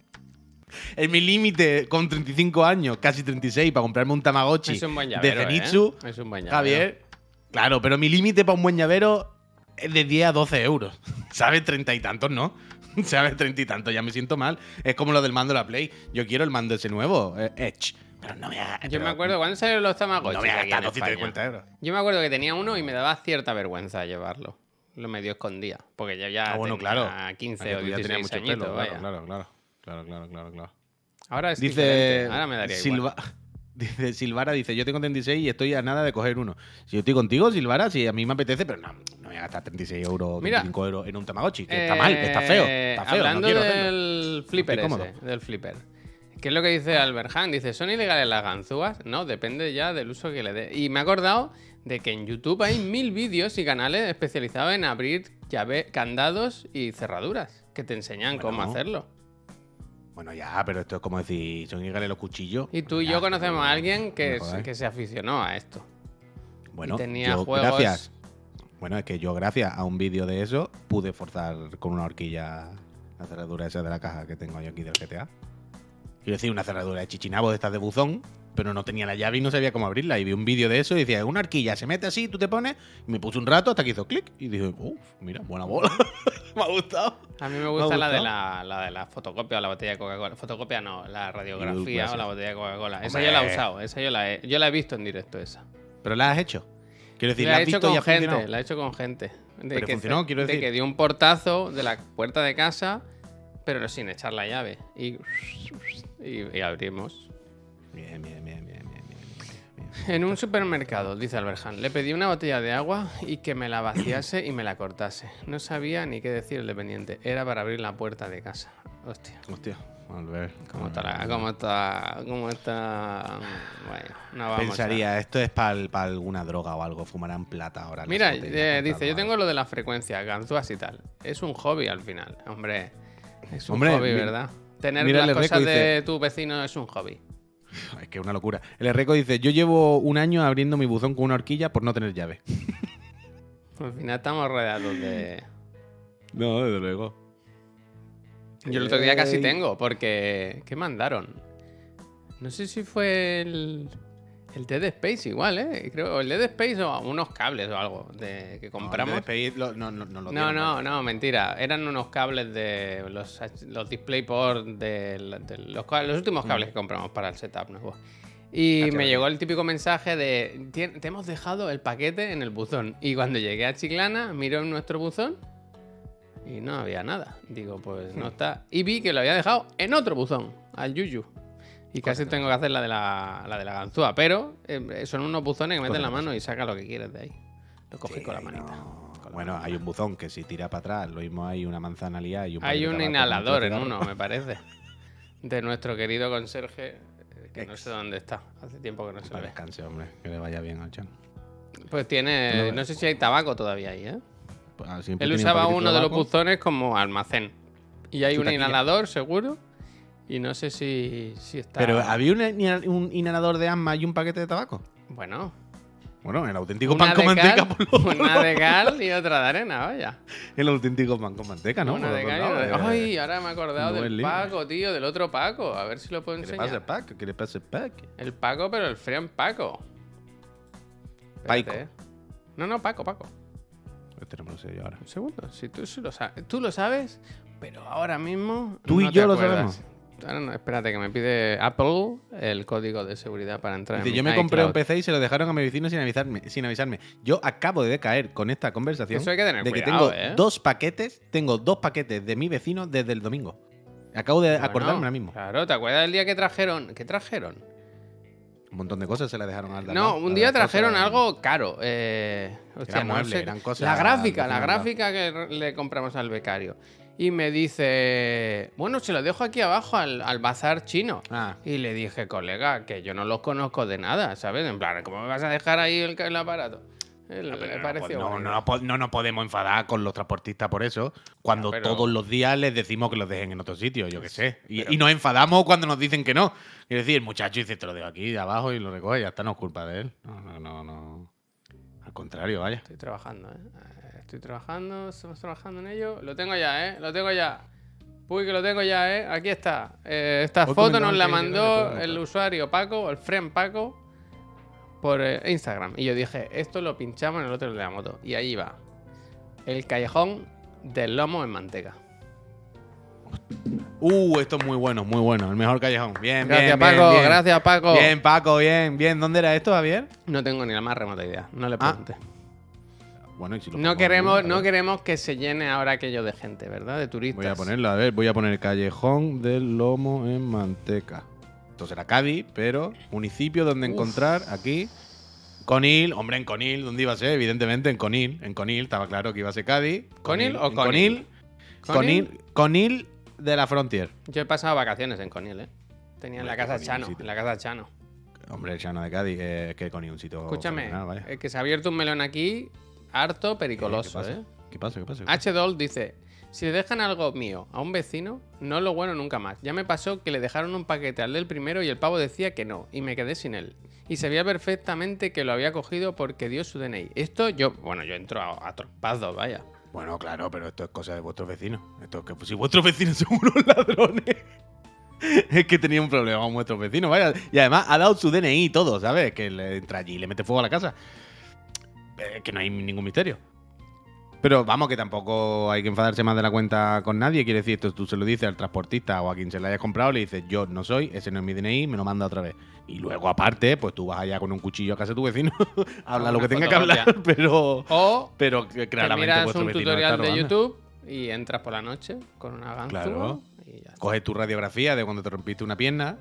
es mi límite con treinta y cinco años, casi treinta y seis, para comprarme un Tamagotchi Es un buen de llavero, Zenitsu. ¿eh? Es un buen llavero. Javier. Claro, pero mi límite para un buen llavero es de diez a doce euros. ¿Sabes? Treinta y tantos, ¿no? ¿Sabes? Treinta y tantos, ya me siento mal. Es como lo del mando de la Play. Yo quiero el mando ese nuevo, eh, Edge. Pero no me haga- Yo pero me acuerdo cuando salieron los Tamagotchi. No me hagas aquí en doscientos España. cincuenta euros. Yo me acuerdo que tenía uno y me daba cierta vergüenza llevarlo. Lo medio escondía. Porque yo ya Ah, bueno, tenía claro. quince Ah, o que tú ya tenías dieciséis mucho añitos, pelo, vaya. claro, claro, claro, claro, claro, claro, claro. Ahora es Dice, diferente. Ahora me daría Silva- igual. dice Silvara, dice, yo tengo treinta y seis y estoy a nada de coger uno. Si yo estoy contigo, Silvara, si a mí me apetece, pero no, no voy a gastar treinta y seis euros, Mira, veinticinco euros en un Tamagotchi, que está mal, está feo, Eh, está feo, Hablando no quiero hacerlo. del flipper estoy ese, cómodo. del flipper. ¿Qué es lo que dice Albert Han? Dice, ¿son ilegales las ganzúas? No, depende ya del uso que le dé. Y me he acordado de que en YouTube hay mil vídeos y canales especializados en abrir llave, candados y cerraduras que te enseñan Bueno. cómo hacerlo. Bueno, ya, pero esto es como decir, son ilegales los cuchillos. Y tú y Ya, yo conocemos a alguien no que, me jodáis. que se aficionó a esto. Bueno, y tenía yo, juegos- gracias. Bueno, es que yo, gracias a un vídeo de eso, pude forzar con una horquilla la cerradura esa de la caja que tengo yo aquí del G T A. Quiero decir, una cerradura de chichinabo de estas de buzón, pero no tenía la llave y no sabía cómo abrirla. Y vi un vídeo de eso y decía, una horquilla se mete así, tú te pones. Y me puse un rato hasta que hizo clic. Y dije, uff, mira, buena bola. Me ha gustado. A mí me gusta la de gustado. la, la de la fotocopia o la botella de Coca-Cola. Fotocopia no, la radiografía clases. o la botella de Coca-Cola. Esa Hombre. yo la he usado, esa yo la he, yo la he visto en directo esa. Pero la has hecho. Quiero decir, La la he has hecho visto y con ha gente, funcionado. la he hecho con gente. De Pero que funcionó, ce- quiero de decir. que dio un portazo de la puerta de casa, pero sin echar la llave. Y, y, y abrimos. Bien, bien, bien, bien, bien, bien, bien. En un supermercado, dice Alberjan, le pedí una botella de agua y que me la vaciase y me la cortase. No sabía ni qué decir el dependiente. Era para abrir la puerta de casa. Hostia. Hostia, Albert. ¿Cómo está? La, ¿Cómo está? ¿Cómo está? Bueno, no vamos Pensaría, a... esto es para alguna droga o algo. Fumarán plata ahora. las Mira, botellas eh, con dice, tal yo o tengo algo. lo de la frecuencia, ganzúas y tal. Es un hobby al final, hombre. Es un Hombre, hobby, mi- ¿verdad? Tener Mira, las el cosas Reco dice- de tu vecino es un hobby. Es que es una locura. El Erreco dice, yo llevo un año abriendo mi buzón con una horquilla por no tener llave. Al final estamos rodeados de... No, desde luego. Yo el otro día casi Ey. tengo, porque... ¿Qué mandaron? No sé si fue el... El Dead Space igual, ¿eh? Creo, o el Dead Space o unos cables o algo de, que compramos. No, el lo- no, no, no, lo No, dieron, no, vale. no, mentira. Eran unos cables de los, los DisplayPort de, de los, ca- los últimos cables que compramos para el setup nuevo. Y Cacha, me vale. llegó el típico mensaje de "Tien- te hemos dejado el paquete en el buzón". Y cuando llegué a Chiclana, miro en nuestro buzón y no había nada. Digo, pues no está. Y vi que lo había dejado en otro buzón, al Yuyu. Y casi tengo que hacer la de la, la de la ganzúa, pero eh, son unos buzones que metes la mano y saca lo que quieres de ahí. Lo coges Sí, con la manita. no. Con la Bueno, manita. hay un buzón que si tira para atrás, lo mismo hay una manzana liada y un Hay paquete de un tabaco con inhalador en trozo de uno, cigarro. me parece. De nuestro querido conserje, eh, que no Ex. sé dónde está. Hace tiempo que no se Para lo ve. descanse, hombre. Que le vaya bien al chan. Pues tiene. No, No sé si hay tabaco todavía ahí, ¿eh? Pues, ah, siempre Él tenía un usaba paquete uno de los tabaco. buzones como almacén. Y hay Su un taquilla. inhalador, seguro. Y no sé si, si está. Pero había un, inha- un inhalador de asma y un paquete de tabaco. Bueno. Bueno, el auténtico Una pan con de manteca. cal, Por los una de cal y otra de arena, vaya. El auténtico pan con manteca, ¿no? Una Por de los cal y lados, una de- eh. Ay, ahora me he acordado un buen del libro. Paco, tío, del otro Paco. A ver si lo puedo ¿Qué le pasa, enseñar. Pac? ¿Qué le pasa, Pac? El Paco, pero el Frian Paco. Paico. Espérate, ¿eh? No, no, Paco, Paco. Este no me lo sé yo ahora. Un segundo. Si tú, sí lo sabes, tú lo sabes, pero ahora mismo. Tú y no te yo lo acuerdas. sabemos. Ahora no, espérate, que me pide Apple el código de seguridad para entrar Dice, en yo mi me compré un iCloud. P C y se lo dejaron a mi vecino sin avisarme. Sin avisarme. Yo acabo de caer con esta conversación Eso hay que tener de que cuidado, tengo ¿eh? dos paquetes, tengo dos paquetes de mi vecino desde el domingo. Acabo de Bueno, acordarme ahora mismo. Claro, ¿te acuerdas del día que trajeron? ¿Qué trajeron? Un montón de cosas se las dejaron al de al No, lado, un las día cosas- trajeron algo caro. Eh, hostia, Eran no muebles, sé. eran cosas La gráfica, al la vecino al lado. gráfica que le compramos al becario. Y me dice, bueno, se lo dejo aquí abajo al, al bazar chino. Ah, Y le dije, colega, que yo no los conozco de nada, ¿sabes? En plan, ¿cómo me vas a dejar ahí el, el aparato? Eh, pero me no, pareció no, bonito. no, no, no nos podemos enfadar con los transportistas por eso, cuando Ya, pero- todos los días les decimos que los dejen en otro sitio, yo qué sé. Y, Pero- y nos enfadamos cuando nos dicen que no. Quiero decir, el muchacho dice, te lo dejo aquí de abajo y lo recoge, ya está, no es culpa de él. No, no, no, no. Al contrario, vaya. Estoy trabajando, ¿eh? Eh, Estoy trabajando, estamos trabajando en ello. Lo tengo ya, ¿eh? Lo tengo ya. Uy, que lo tengo ya, ¿eh? Aquí está. Eh, esta Hoy foto nos comentaban la que mandó llegar de todo, el ¿no? usuario Paco, el friend Paco, por eh, Instagram. Y yo dije, esto lo pinchamos en el otro de la moto. Y ahí va. El callejón del lomo en manteca. Uh, esto es muy bueno, muy bueno. El mejor callejón. Bien, Gracias, bien, Paco. bien, bien. Gracias, Paco. Bien, Paco, bien, bien. ¿Dónde era esto, Javier? No tengo ni la más remota idea. No le Ah, pregunté. Bueno, y si lo no pongo en queremos, Google, a no ver. queremos que se llene ahora aquello de gente, ¿verdad? De turistas. Voy a ponerlo, a ver, voy a poner Callejón del Lomo en Manteca. Esto será Cádiz, pero municipio donde Uf. encontrar aquí. Conil, hombre, en Conil, ¿dónde iba a ser? Evidentemente en Conil. En Conil, estaba claro que iba a ser Cádiz. ¿Conil o en Conil? Conil? Conil, Conil de la Frontier. Yo he pasado vacaciones en Conil, ¿eh? Tenía en la Hombre, casa Conil, Chano, sí. en la casa Chano. Hombre, el Chano de Cádiz, eh, que Conil un sitio. Escúchame, fenomenal, vaya. es que se ha abierto un melón aquí harto ¿Qué pericoloso, pasa? ¿eh? ¿Qué pasa? ¿Qué pasa? ¿Qué pasa? H-Doll dice, si le dejan algo mío a un vecino, no lo bueno nunca más. Ya me pasó que le dejaron un paquete al del primero y el pavo decía que no, y me quedé sin él. Y sabía perfectamente que lo había cogido porque dio su D N I. Esto yo, bueno, yo entro a, a trompazos, vaya. Bueno, claro, pero esto es cosa de vuestros vecinos. Esto es que si vuestros vecinos son unos ladrones. Es que tenía un problema con vuestros vecinos, vaya. Y además ha dado su D N I y todo, ¿sabes? Que le entra allí y le mete fuego a la casa. Eh, que no hay ningún misterio. Pero vamos, que tampoco hay que enfadarse más de la cuenta con nadie. Quiere decir, esto tú se lo dices al transportista o a quien se lo hayas comprado, le dices, yo no soy, ese no es mi D N I, me lo manda otra vez. Y luego, aparte, pues tú vas allá con un cuchillo a casa de tu vecino, habla Con lo una que tenga que fotocopia. hablar, pero. O Pero que te claramente miras vuestro un vecino tutorial está de robando. YouTube y entras por la noche con una ganzúa Claro. y ya está. Coges tu radiografía de cuando te rompiste una pierna,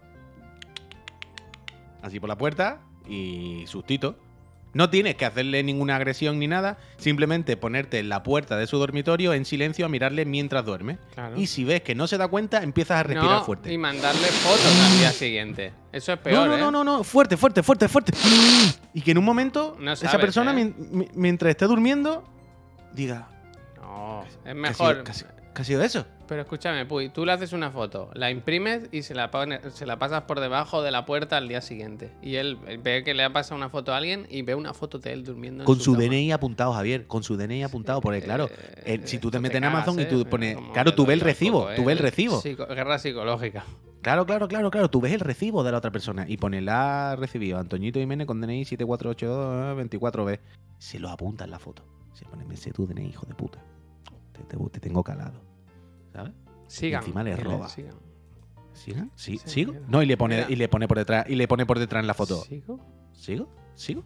así por la puerta, y sustito. No tienes que hacerle ninguna agresión ni nada, simplemente ponerte en la puerta de su dormitorio en silencio a mirarle mientras duerme. Claro. Y si ves que no se da cuenta, empiezas a respirar No, fuerte. y mandarle fotos al día siguiente. Eso es peor, no, no, ¿eh? no, no, no, fuerte, fuerte, fuerte, fuerte. Y que en un momento No esa sabes, persona, ¿eh? mien- mi- mientras esté durmiendo, diga, No, es casi- mejor. casi- ¿Qué ha sido eso? Pero escúchame, Puy, tú le haces una foto, la imprimes y se la, pones, se la pasas por debajo de la puerta al día siguiente. Y él ve que le ha pasado una foto a alguien y ve una foto de él durmiendo en Con su, su cama. D N I apuntado, Javier. Con su D N I apuntado. Porque, claro, Eh, eh, si tú te esto metes en cagas, Amazon y ¿eh? tú pones. Como Claro, le tú ves el doy un recibo. poco, Tú ¿eh? ves el recibo. Psico- guerra psicológica. Claro, claro, claro, claro. Tú ves el recibo de la otra persona y pones la recibido Antoñito Jiménez con D N I siete cuatro ocho dos veinticuatro B. Se lo apunta en la foto. Se pone, me sé tu D N I, hijo de puta. Te, te, te tengo calado. ¿Sabes? Sigan. Y encima le que roba. sigan. ¿Sigan? ¿Sí? Sí, ¿Sigo? mira. No, y le pone, Mira. y le pone por detrás, y le pone por detrás en la foto. ¿Sigo? ¿Sigo? ¿Sigo?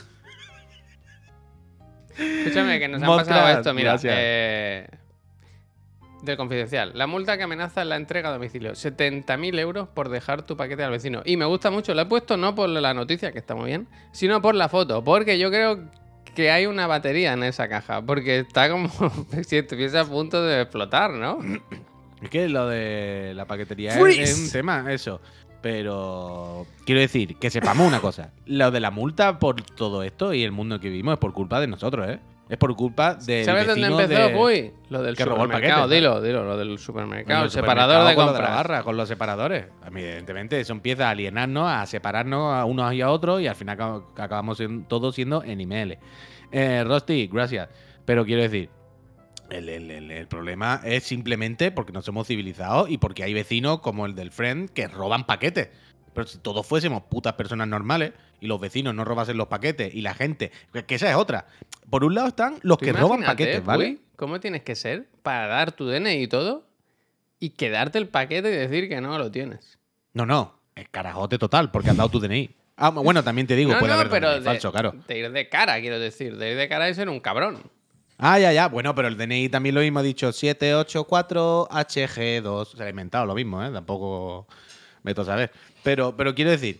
Escúchame, que nos han Mostras, pasado esto, mira. gracias. Eh, del confidencial. La multa que amenaza es la entrega a domicilio. setenta mil euros por dejar tu paquete al vecino. Y me gusta mucho, lo he puesto no por la noticia, que está muy bien, sino por la foto. Porque yo creo que hay una batería en esa caja. Porque está como si estuviese a punto de explotar, ¿no? Es que lo de la paquetería es, Freeze. es un tema, eso. Pero quiero decir, que sepamos una cosa. Lo de la multa por todo esto y el mundo en que vivimos es por culpa de nosotros, ¿eh? Es por culpa del ¿Sabes dónde vecino empezó, de- Puy? Lo del que robó el supermercado. paquete, Dilo, dilo, lo del con supermercado. el El separador de supermercado, con lo de la compras. barra, con los separadores. Evidentemente, eso empieza a alienarnos, a separarnos a unos y a otros y al final acab- acabamos siendo- todos siendo enemigos. Eh, Rosti, gracias. Pero quiero decir, el, el- el- el problema es simplemente porque no somos civilizados y porque hay vecinos como el del Friend que roban paquetes. Pero si todos fuésemos putas personas normales y los vecinos no robasen los paquetes y la gente. Que, que esa es otra. Por un lado están los Tú que roban imagínate, paquetes, ¿vale? Puy, ¿cómo tienes que ser para dar tu D N I y todo y quedarte el paquete y decir que no lo tienes? No, no. Es carajote total porque has dado tu D N I. Ah, bueno, también te digo, No, puede no, haber pero D N I de, falso, claro. de ir de cara, quiero decir. De ir de cara y ser un cabrón. Ah, ya, ya. Bueno, pero el D N I también lo mismo ha dicho siete ocho cuatro H G dos. Se ha inventado lo mismo, ¿eh? Tampoco me a saber. Pero, pero quiero decir,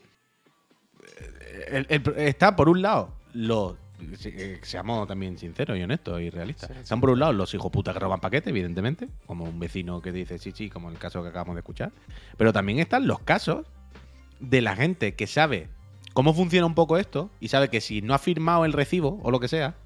el- el- está por un lado los. eh, Seamos también sinceros y honestos y realistas. Sí, sí, Están por un lado los hijos putas que roban paquetes, evidentemente, como un vecino que dice sí, sí, como el caso que acabamos de escuchar. Pero también están los casos de la gente que sabe cómo funciona un poco esto y sabe que si no ha firmado el recibo o lo que sea,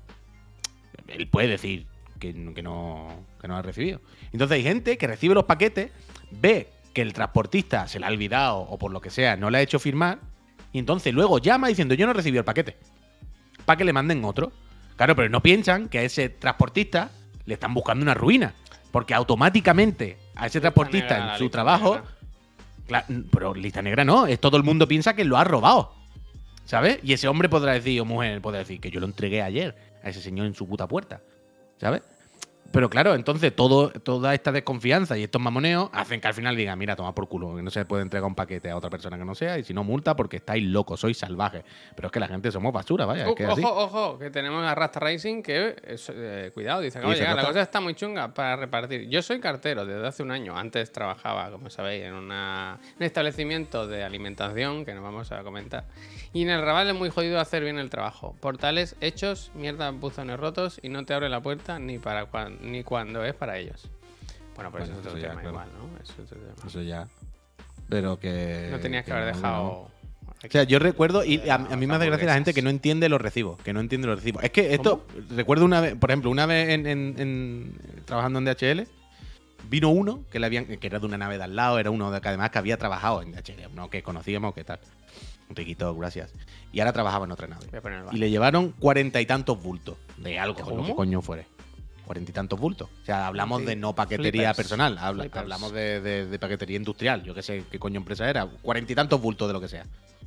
él puede decir que, que no, que no ha recibido. Entonces hay gente que recibe los paquetes, ve que el transportista se le ha olvidado o por lo que sea no le ha hecho firmar y entonces luego llama diciendo yo no he recibido el paquete para que le manden otro. Claro, pero no piensan que a ese transportista le están buscando una ruina porque automáticamente a ese transportista negra, en la su lista trabajo... negra. Cla- pero lista negra no, es todo el mundo piensa que lo ha robado. ¿Sabes? Y ese hombre podrá decir, o mujer podrá decir, que yo lo entregué ayer a ese señor en su puta puerta. ¿Sabes? Pero claro, entonces todo, toda esta desconfianza y estos mamoneos hacen que al final digan, mira, toma por culo, que no se puede entregar un paquete a otra persona que no sea, y si no, multa porque estáis locos, sois salvajes. Pero es que la gente somos basura, vaya, es Uh, que es así. ojo, ojo, que tenemos a Rasta Racing que, es, eh, cuidado, dice, acaba de dice llegar, la Rasta? cosa está muy chunga para repartir. Yo soy cartero desde hace un año, antes trabajaba, como sabéis, en una, un establecimiento de alimentación, que nos vamos a comentar. Y en el Raval es muy jodido hacer bien el trabajo. Portales hechos, mierda, buzones rotos y no te abre la puerta ni, para cuan- ni cuando es para ellos. Bueno, pero Bueno, eso es otro eso ya, tema claro. igual, ¿no? Eso es otro tema. Eso ya. Pero que. No tenías que haber no, dejado... no. O sea, yo recuerdo, y a, a mí me hace gracia la gente que no entiende los recibos, que no entiende los recibos. Es que esto, recuerdo una vez, por ejemplo, una vez en, en- en- trabajando en D H L, vino uno que le habían, que era de una nave de al lado, era uno de que además que había trabajado en D H L, uno que conocíamos, que tal. Un riquito, gracias. Y ahora trabajaba en otra nave. Voy a poner el Y bajo. le llevaron cuarenta y tantos bultos de algo, ¿Cómo? lo que coño fuere. Cuarenta y tantos bultos. O sea, hablamos Sí. de no paquetería Flippers. personal, habla- Flippers. hablamos de, de- de paquetería industrial. Yo qué sé qué coño empresa era. Cuarenta y tantos bultos de lo que sea.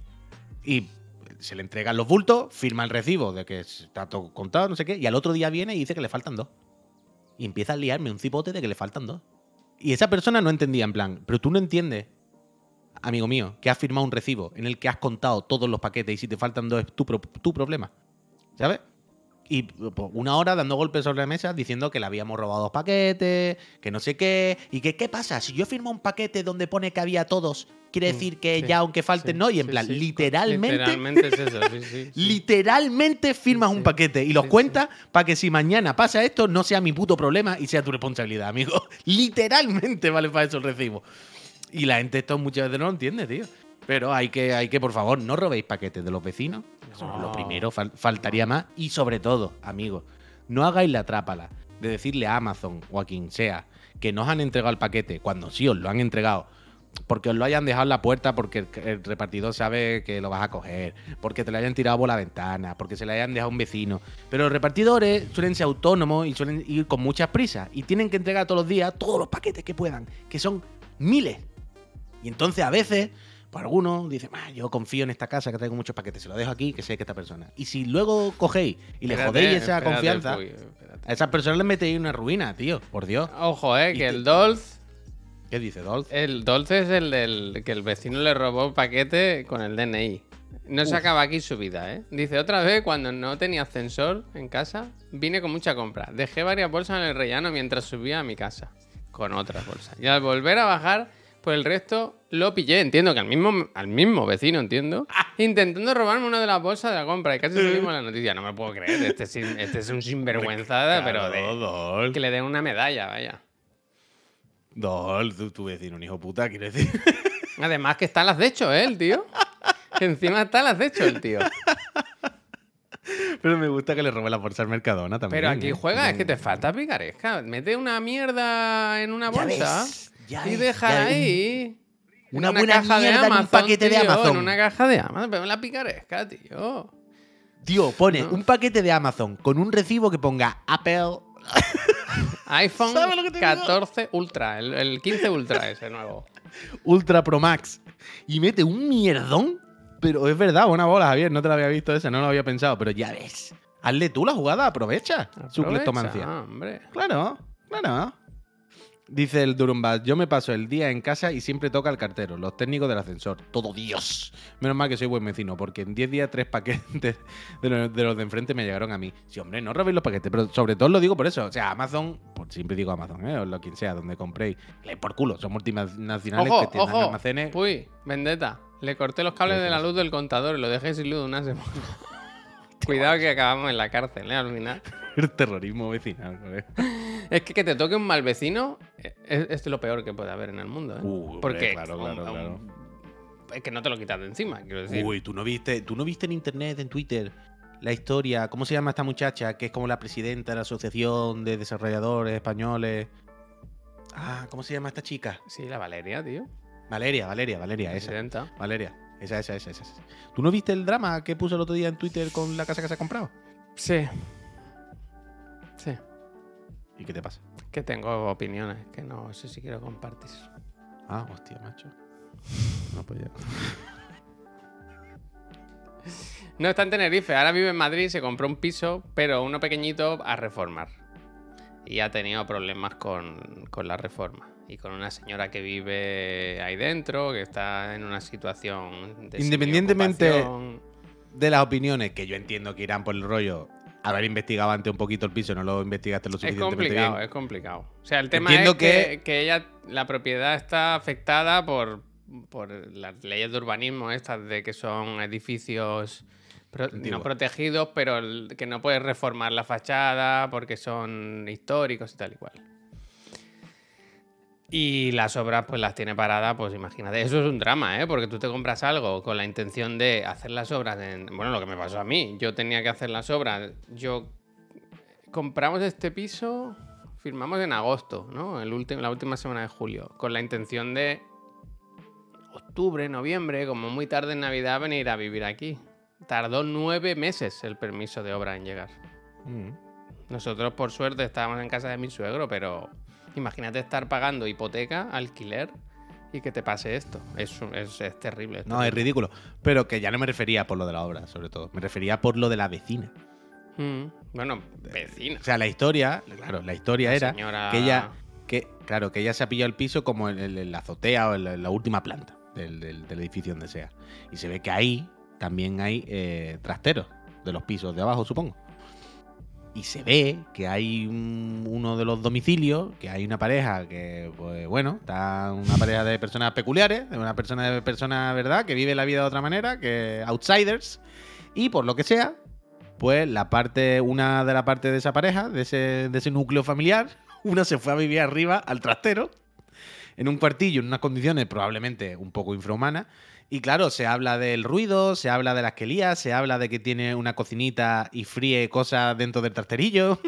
Y se le entregan los bultos, firma el recibo de que está todo contado, no sé qué, y al otro día viene y dice que le faltan dos. Y empieza a liarme un cipote de que le faltan dos. Y esa persona no entendía, en plan, pero tú no entiendes, amigo mío, que has firmado un recibo en el que has contado todos los paquetes y si te faltan dos es tu, pro- tu problema. ¿Sabes? Y pues, una hora dando golpes sobre la mesa diciendo que le habíamos robado dos paquetes, que no sé qué. Y que, ¿qué pasa? Si yo firmo un paquete donde pone que había todos, quiere Mm, decir que sí, ya aunque falten sí, no. Y en sí, plan, sí. literalmente, Literalmente es eso, sí, sí. sí. literalmente firmas Sí, un sí. paquete y los Sí, cuentas para que si mañana pasa esto no sea mi puto problema y sea tu responsabilidad, amigo. Literalmente vale para eso el recibo. Y la gente esto muchas veces no lo entiende, tío. Pero hay que, hay que, por favor, no robéis paquetes de los vecinos. Eso es No. lo primero, fal- faltaría más. Y sobre todo, amigos, no hagáis la trápala de decirle a Amazon o a quien sea que no os han entregado el paquete, cuando sí os lo han entregado, porque os lo hayan dejado en la puerta, porque el, el repartidor sabe que lo vas a coger, porque te lo hayan tirado por la ventana, porque se le hayan dejado a un vecino. Pero los repartidores suelen ser autónomos y suelen ir con muchas prisas y tienen que entregar todos los días todos los paquetes que puedan, que son miles. Y entonces a veces, pues algunos dicen, ah, yo confío en esta casa que traigo muchos paquetes, se lo dejo aquí, que sé que esta persona. Y si luego cogéis y le Espérate, jodéis esa espérate, confianza, Puy, espérate. a esas personas les metéis una ruina, tío, por Dios. Ojo, eh, Y que te- el Dolz. ¿Qué dice Dolph? El Dolz es el del que el vecino le robó el paquete con el D N I. No se Uf. acaba aquí su vida, ¿eh? Dice, otra vez, cuando no tenía ascensor en casa, vine con mucha compra. Dejé varias bolsas en el rellano mientras subía a mi casa. Con otras bolsas. Y al volver a bajar, pues el resto lo pillé. Entiendo que al mismo, al mismo vecino, entiendo. Intentando robarme una de las bolsas de la compra. Y casi subimos la noticia. No me puedo creer. Este, es sin- este es un sinvergüenzada, pero de, Dolph. que le den una medalla, vaya. Dolph, tu, tu vecino, un hijo puta, quiere decir. Además que está las de hecho, ¿eh? El tío. Que encima está las de hecho el tío. Pero me gusta que le robe la bolsa al Mercadona también. Pero aquí ¿eh? juega, es que te falta picaresca. Mete una mierda en una Ya bolsa ves, ya y ves, deja ya ves. ahí. En Una buena caja de mierda en un Amazon, paquete de tío, Amazon. En una caja de Amazon. Pero la picaresca, tío. Tío, pone No. un paquete de Amazon con un recibo que ponga Apple. iPhone ¿Sabes lo que te digo? catorce Ultra, el, el quince Ultra ese nuevo. Ultra Pro Max. Y mete un mierdón. Pero es verdad, buena bola, Javier. No te la había visto esa, no lo había pensado. Pero ya ves. Hazle tú la jugada, aprovecha su Aprovecha, cleptomancia. hombre. Claro, claro. Dice el Durumbas, yo me paso el día en casa y siempre toca el cartero, los técnicos del ascensor. Todo Dios. Menos mal que soy buen vecino, porque en diez días tres paquetes de los de, los de enfrente me llegaron a mí. Sí, hombre, no robéis los paquetes, pero sobre todo lo digo por eso. O sea, Amazon, por siempre digo Amazon, ¿eh? O lo quien sea, donde compréis. Le por culo, son multinacionales Ojo, que tienen ojo. almacenes. Uy, vendetta. Le corté los cables ¿Qué de la pasa? luz del contador y lo dejé sin luz una semana. Cuidado que acabamos en la cárcel, ¿eh? Al final. El terrorismo vecinal, joder. Es que que te toque un mal vecino eh, es, es lo peor que puede haber en el mundo, ¿eh? Uh, hombre, Porque claro, un- claro, un- claro. es que no te lo quitas de encima, quiero decir. Uy, ¿tú no viste, tú no viste en internet, en Twitter, la historia? ¿Cómo se llama esta muchacha? Que es como la presidenta de la Asociación de Desarrolladores Españoles. Ah, ¿cómo se llama esta chica? Sí, la Valeria, tío. Valeria, Valeria, Valeria, esa. Presidenta. Valeria, esa, esa, esa, esa. esa. ¿Tú no viste el drama que puso el otro día en Twitter con la casa que se ha comprado? Sí. Sí. ¿Y qué te pasa? Que tengo opiniones que no sé si quiero compartir. Ah, hostia, macho. No, pues ya. No está en Tenerife, ahora vive en Madrid, se compró un piso, pero uno pequeñito a reformar. Y ha tenido problemas con, con la reforma. Y con una señora que vive ahí dentro, que está en una situación de Independientemente semiocupación. De las opiniones, que yo entiendo que irán por el rollo, haber investigado antes un poquito el piso, no lo investigaste lo Es suficientemente complicado, bien. es complicado. O sea, el tema Entiendo es que, que- que ella, la propiedad está afectada por, por las leyes de urbanismo estas de que son edificios pro- Antiguo. no protegidos, pero el- que no puedes reformar la fachada porque son históricos y tal y cual. Y las obras pues las tiene paradas, pues imagínate. Eso es un drama, ¿eh? Porque tú te compras algo con la intención de hacer las obras en... Bueno, lo que me pasó a mí. Yo tenía que hacer las obras. Yo... Compramos este piso, firmamos en agosto, ¿no? El último, la última semana de julio. Con la intención de... Octubre, noviembre, como muy tarde en Navidad, venir a vivir aquí. Tardó nueve meses el permiso de obra en llegar. Mm. Nosotros, por suerte, estábamos en casa de mi suegro, pero imagínate estar pagando hipoteca, alquiler y que te pase esto. Es, es, es terrible. es No, terrible. es ridículo. Pero que ya no me refería por lo de la obra, sobre todo. Me refería por lo de la vecina. Mm, bueno, vecina. O sea, la historia, claro, la historia La era señora- que ella, que, claro, que ella se ha pillado el piso como en, en- en la azotea o en la, en la última planta del, del- del edificio donde sea. Y se ve que ahí también hay eh, trasteros de los pisos de abajo, supongo. Y se ve que hay un- uno de los domicilios, que hay una pareja que, pues bueno, está una pareja de personas peculiares, de una persona de personas, ¿verdad?, que vive la vida de otra manera, que outsiders, y por lo que sea, pues la parte, una de la parte de esa pareja, de ese, de ese núcleo familiar, una se fue a vivir arriba al trastero, en un cuartillo, en unas condiciones probablemente un poco infrahumanas. Y claro, se habla del ruido, se habla de las que lía, se habla de que tiene una cocinita y fríe cosas dentro del trasterillo.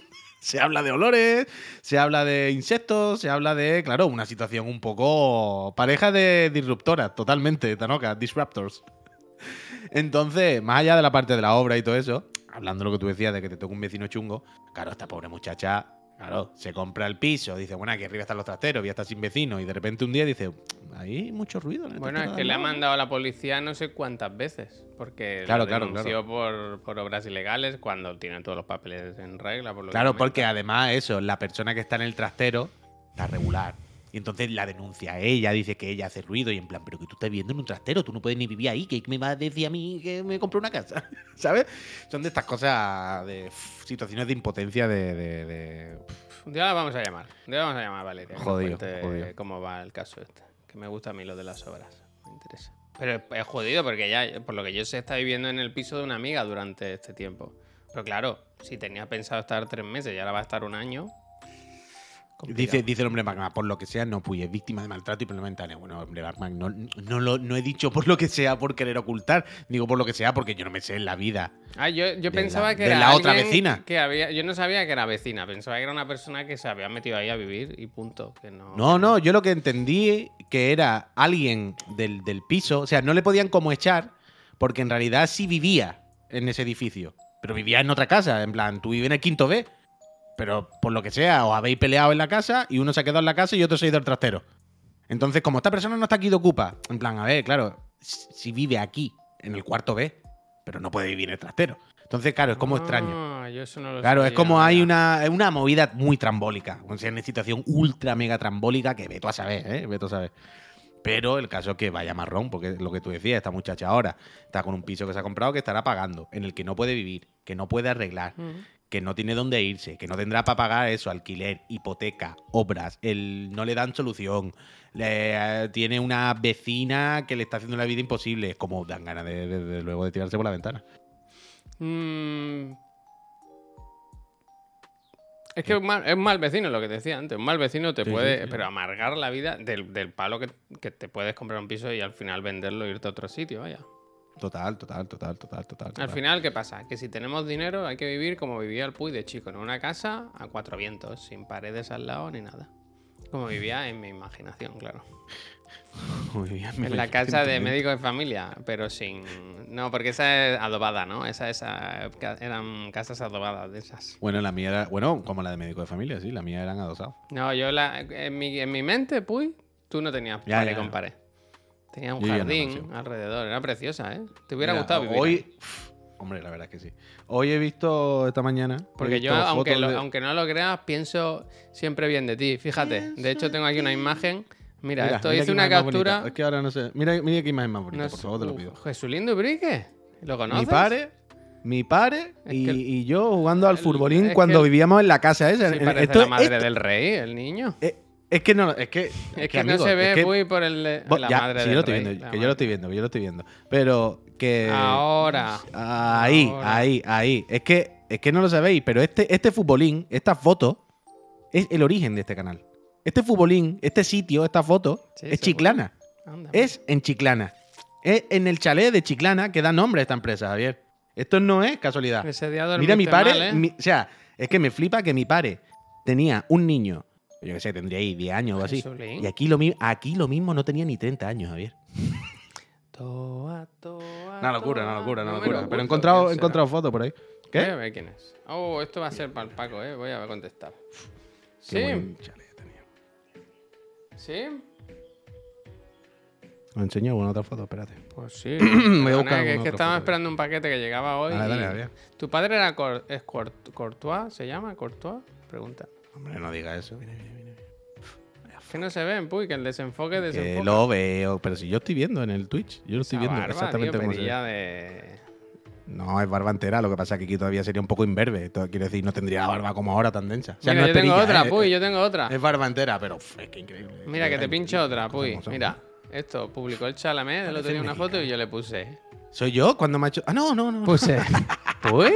Se habla de olores, se habla de insectos, se habla de, claro, una situación un poco pareja de disruptoras, totalmente, Tanoka, disruptors. Entonces, más allá de la parte de la obra y todo eso, hablando de lo que tú decías de que te toca un vecino chungo, claro, esta pobre muchacha, claro, se compra el piso, dice, bueno, aquí arriba están los trasteros, voy a estar sin vecino, y de repente un día dice, hay mucho ruido. En el Bueno, es trastero que de le ha al lado". mandado a la policía no sé cuántas veces, porque Claro, lo claro, denunció Por, por obras ilegales cuando tiene todos los papeles en regla, por lo que Claro, comenta. porque además eso, la persona que está en el trastero está regular. Y entonces la denuncia a ella, dice que ella hace ruido y en plan, pero que tú estás viviendo en un trastero, tú no puedes ni vivir ahí, que me vas a decir a mí que me compré una casa, ¿sabes? Son de estas cosas, de uf, situaciones de impotencia, de... de, de uf, Un día la vamos a llamar, un día la vamos a llamar a Valeria, que nos Jodido, cuente jodido. cómo va el caso este, que me gusta a mí lo de las obras, me interesa. Pero es, es jodido porque ya, por lo que yo sé, está viviendo en el piso de una amiga durante este tiempo. Pero claro, si tenía pensado estar tres meses y ahora va a estar un año... Dice, dice el hombre Batman, por lo que sea, no, pues es víctima de maltrato y problema mental. Bueno, hombre Batman, no, no, lo, no he dicho por lo que sea por querer ocultar, digo por lo que sea porque yo no me sé en la vida. Ah, yo, yo de pensaba la- que de era la otra alguien vecina. Que había, yo no sabía que era vecina, pensaba que era una persona que se había metido ahí a vivir y punto. Que no, No, que no, yo lo que entendí que era alguien del, del piso, o sea, no le podían como echar porque en realidad sí vivía en ese edificio, pero vivía en otra casa, en plan, tú vives en el quinto B, pero por lo que sea, os habéis peleado en la casa y uno se ha quedado en la casa y otro se ha ido al trastero. Entonces, como esta persona no está aquí de ocupa, en plan, a ver, claro, si vive aquí, en el cuarto B, pero no puede vivir en el trastero. Entonces, claro, es como extraño. Ah, yo eso no lo Claro, es sabía, como hay vaya. una, es una movida muy trambólica. O sea, una situación ultra mega trambólica que veto a saber, ¿eh? Veto a saber. Pero el caso es que vaya marrón, porque es lo que tú decías, esta muchacha ahora está con un piso que se ha comprado que estará pagando, en el que no puede vivir, que no puede arreglar, Mm. que no tiene dónde irse, que no tendrá para pagar eso, alquiler, hipoteca, obras, el, no le dan solución, le- eh, tiene una vecina que le está haciendo la vida imposible. Es como dan ganas de, de- de luego de tirarse por la ventana. Mm. Es que es un mal, es un mal vecino lo que te decía antes. Un mal vecino te Sí, puede, sí, sí. pero amargar la vida del, del palo que, que te puedes comprar un piso y al final venderlo e irte a otro sitio, vaya. Total, total, total, total, total. Al total. final, ¿qué pasa? Que si tenemos dinero hay que vivir como vivía el Puy de chico, en una casa a cuatro vientos, sin paredes al lado ni nada. Como vivía en mi imaginación, claro. Muy bien, me En la parece casa de excelente. médico de familia, pero sin... No, porque esa es adobada, ¿no? Esa, esa... Eran casas adobadas de esas. Bueno, la mía era, bueno, como la de médico de familia, sí, la mía eran adosados. No, yo la... En mi, en mi mente, Puy, tú no tenías Ya, pared ya, con ya. pared. Tenía un Yo vivía en una jardín mansión. alrededor, era preciosa, ¿eh? Te hubiera Mira, gustado vivir ahí. hoy, uf, hombre, la verdad es que sí. Hoy he visto esta mañana. he Porque yo, visto aunque, fotos lo- de- aunque no lo creas, pienso siempre bien de ti. Fíjate, de hecho tengo aquí una imagen. Mira, Mira, esto mira hice qué una imagen más bonita. captura. Es que ahora no sé. Mira, mira qué imagen más bonita, No por sé- favor, te lo Uf, pido. Jesulín Dubrique. ¿Lo conoces? Mi padre, mi padre Es y, que- y yo jugando al el- futbolín es cuando que- vivíamos en la casa esa. Sí, Eh, parece esto- la madre esto- del rey, el niño. eh, es que no, es que, Es que, no amigo, se ve, es que- Puy, por el, de- Vos- la ya, madre sí, del yo lo estoy rey. viendo, la que yo lo estoy madre. viendo, que yo lo estoy viendo. Pero que. Ahora. Ahí, Ahora. ahí, ahí. Es que, es que no lo sabéis, pero este, este futbolín, esta foto, es el origen de este canal. Este futbolín, este sitio, esta foto, Sí, es seguro. Chiclana. Anda, Es en Chiclana. Es en el chalet de Chiclana que da nombre a esta empresa, Javier. Esto no es casualidad. Ese día Mira, mi dormiste padre. mal, ¿eh? mi- o sea, es que me flipa que mi padre tenía un niño, yo qué sé, tendría ahí diez años o así. Jesulín. Y aquí lo, mi- aquí lo mismo no tenía ni treinta años, Javier. Toa, toa, Una locura, una toa. locura, una No me locura. lo Pero he oculto, encontrado, ¿quién he será? encontrado fotos por ahí. Voy a ¿Qué? ver quién es. Oh, esto va a ser para el Paco, ¿eh? Voy a contestar. Qué Sí, buen chalet tenía. sí. Os enseño alguna otra foto, espérate. Pues sí. Voy a Perdona, buscar que es alguna que otra estaba foto. esperando un paquete que llegaba hoy. Dale, y- dale, Javier. ¿Tu padre era Cor- es Cort- Courtois? ¿Se llama Courtois? Pregunta. Hombre, no diga eso. Mira, mira, mira. Es que no se ven, puy, que el desenfoque desenfoca. Que lo veo, pero si yo estoy viendo en el Twitch, yo lo estoy Esa viendo barba, exactamente tío, como se ve. perilla de... No, es barba entera, lo que pasa es que aquí todavía sería un poco imberbe. Todo- Quiero decir, no tendría la barba como ahora tan densa. O sea, Mira, no yo es tengo perilla, otra, ¿eh? puy, yo tengo otra. Es barba entera, pero uf, es que increíble. Mira, que te pincho Increíble, otra, las cosas puy. como son, Mira, ¿no? esto, publicó el Chalamet, el otro Parece día una foto mexicano. y yo le puse. ¿Soy yo cuando me ha hecho...? Ah, no, no, no. Puse. ¿Puy?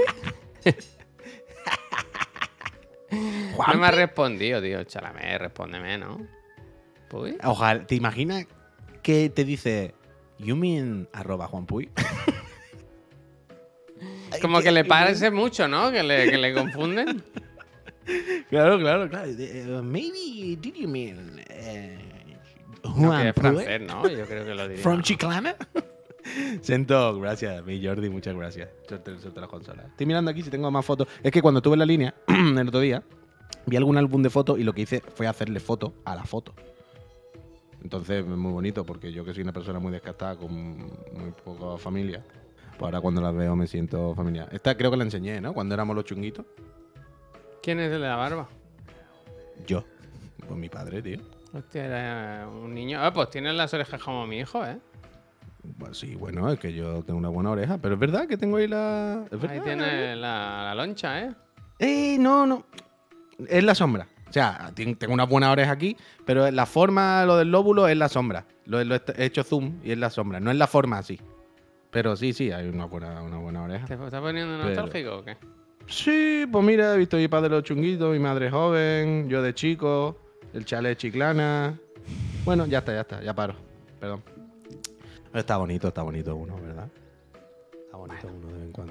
Juanpi. No me ha respondido, tío. Chalamet, respóndeme, ¿no? ¿Puy? Ojalá, ¿te imaginas que te dice... You mean arroba Juan Puy? Como que le parece mucho, ¿no? Que le, que le confunden. Claro, claro, claro. Uh, maybe did you mean uh, No, Juan que es Pruet francés, ¿no? Yo creo que lo diría. from ¿no? Chiclana? Siento, gracias, mi Jordi, muchas gracias. Suerte, suerte las consolas. Estoy mirando aquí si tengo más fotos. Es que cuando estuve en la línea, el otro día, vi algún álbum de fotos y lo que hice fue hacerle foto a la foto. Entonces es muy bonito porque yo que soy una persona muy descartada con muy poca familia, pues ahora cuando las veo me siento familiar. Esta creo que la enseñé, ¿no? Cuando éramos los chunguitos. ¿Quién es el de la barba? Yo. Pues mi padre, tío. Hostia, era un niño. Ah, pues tienes las orejas como mi hijo, ¿eh? Pues sí, bueno, es que yo tengo una buena oreja, pero es verdad que tengo ahí la... ¿Es verdad? Ahí tienes la, la loncha, ¿eh? Eh, no, no. Es la sombra. O sea, ten- tengo una buena oreja aquí, pero la forma, lo del lóbulo es la sombra. Lo, lo he hecho zoom y es la sombra. No es la forma así. Pero sí, sí, hay una buena, una buena oreja. ¿Te estás poniendo Pero- nostálgico o qué? Sí, pues mira, he visto a mi padre los chunguitos, mi madre joven, yo de chico, el chalet chiclana. Bueno, ya está, ya está, ya paro. Perdón. Pero está bonito, está bonito uno, ¿verdad? Está bonito uno de vez en cuando.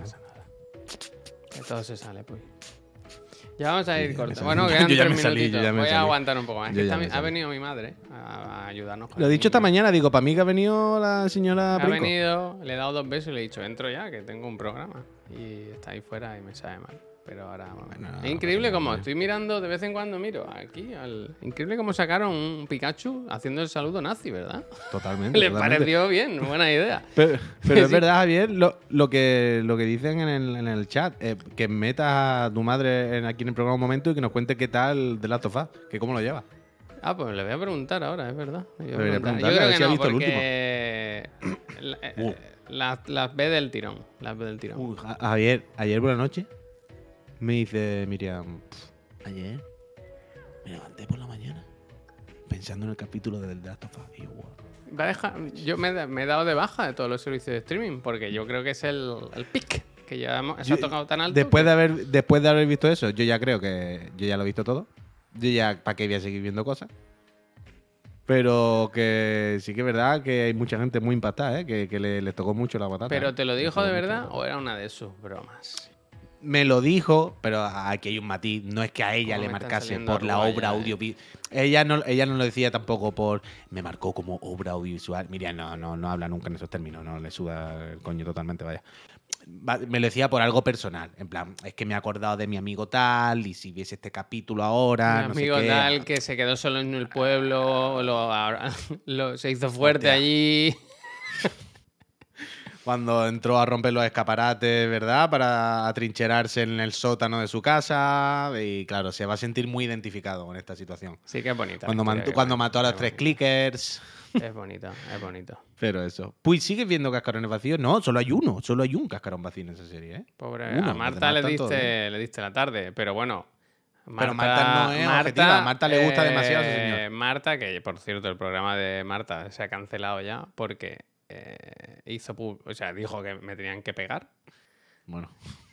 Que todo se sale, pues. Ya vamos a Sí, ir ya me corto. salí. Bueno, Yo quedan ya tres me salí, yo minutitos. ya me Voy a salí. aguantar un poco más. Es Yo que ya está- me ha salí. venido mi madre a, a ayudarnos. con Lo he el dicho esta niño. mañana, digo, para mí que ha venido la señora Ha Princo. venido, le he dado dos besos y le he dicho, entro ya, que tengo un programa. Y está ahí fuera y me sabe mal. Pero ahora... bueno, Bueno, no es increíble pasa nada, como ¿eh? estoy mirando, de vez en cuando miro aquí. Al... Increíble como sacaron un Pikachu haciendo el saludo nazi, ¿verdad? Totalmente. Le totalmente. pareció bien, buena idea. Pero, pero es Sí. verdad, Javier, lo, lo, que, lo que dicen en el, en el chat, eh, que metas a tu madre en- aquí en el programa un momento y que nos cuente qué tal The Last of Us, que cómo lo lleva. Ah, pues le voy a preguntar ahora, es verdad. Le voy a Debería preguntar. preguntarle, Yo a creo ver que si ha no, visto el porque la- eh, Uh. las, las ve del tirón. Las ve del tirón. Uy, Ja- Javier, ayer por la noche me dice Miriam, "Pff, ayer me levanté por la mañana pensando en el capítulo de The Last of Us. Y yo, "Wow". Va a dejar- yo me, he- me he dado de baja de todos los servicios de streaming porque yo creo que es el, el pic que ya hemos, se ha Yo- tocado tan alto. Después que- de, haber, después de haber visto eso, yo ya creo que yo ya lo he visto todo. Yo ya, ¿para qué voy a seguir viendo cosas? Pero que sí que es verdad que hay mucha gente muy impactada, ¿eh? que, que le, les tocó mucho la batata. ¿Pero ¿eh? te lo Les dijo tocó de mucho la verdad batata. o era una de sus bromas? Me lo dijo, pero aquí hay un matiz. No es que a ella ¿Cómo le me están marcase saliendo por la arrugas obra ya, eh? audiovisual. Ella no, ella no lo decía tampoco por. Me marcó como obra audiovisual. Mira, no, no, no habla nunca en esos términos. No le suda el coño totalmente, vaya. Va- Me lo decía por algo personal. En plan, es que me he acordado de mi amigo tal. Y si viese este capítulo ahora. Mi no sé amigo qué. tal que se quedó solo en el pueblo, lo, ahora- lo- se hizo fuerte Hostia. allí. Cuando entró a romper los escaparates, ¿verdad? Para atrincherarse en el sótano de su casa. Y claro, se va a sentir muy identificado con esta situación. Sí que es bonita. la Cuando, historia mantu- que cuando cuenta, mató a los es tres bonita. clickers. Es bonito, es bonito. Pero eso. Pues sigues viendo cascarones vacíos. No, solo hay uno. Solo hay un cascarón vacío en esa serie, ¿eh? Pobre, Uno, a los Marta demás le están todos diste, le diste la tarde, pero bueno. Pero Marta no es objetiva, a Marta le gusta demasiado ese señor. Marta, que por cierto, el programa de Marta se ha cancelado ya porque eh, hizo, pu- o sea, dijo que me tenían que pegar. Bueno.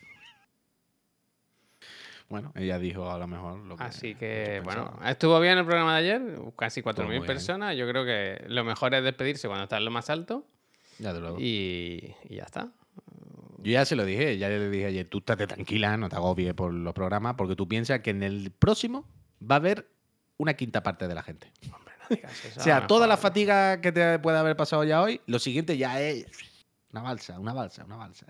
Bueno, ella dijo a lo mejor lo que. Así que, muchos bueno, pensaban. estuvo bien el programa de ayer, casi cuatro mil muy bien. personas. Yo creo que lo mejor es despedirse cuando está en lo más alto Ya te lo y, y ya está. Yo ya se lo dije, ya le dije ayer, tú estate tranquila, no te agobies por los programas, porque tú piensas que en el próximo va a haber una quinta parte de la gente. Hombre, no digas eso, O sea, a lo toda la mejor- fatiga que te puede haber pasado ya hoy, lo siguiente ya es una balsa, una balsa, una balsa.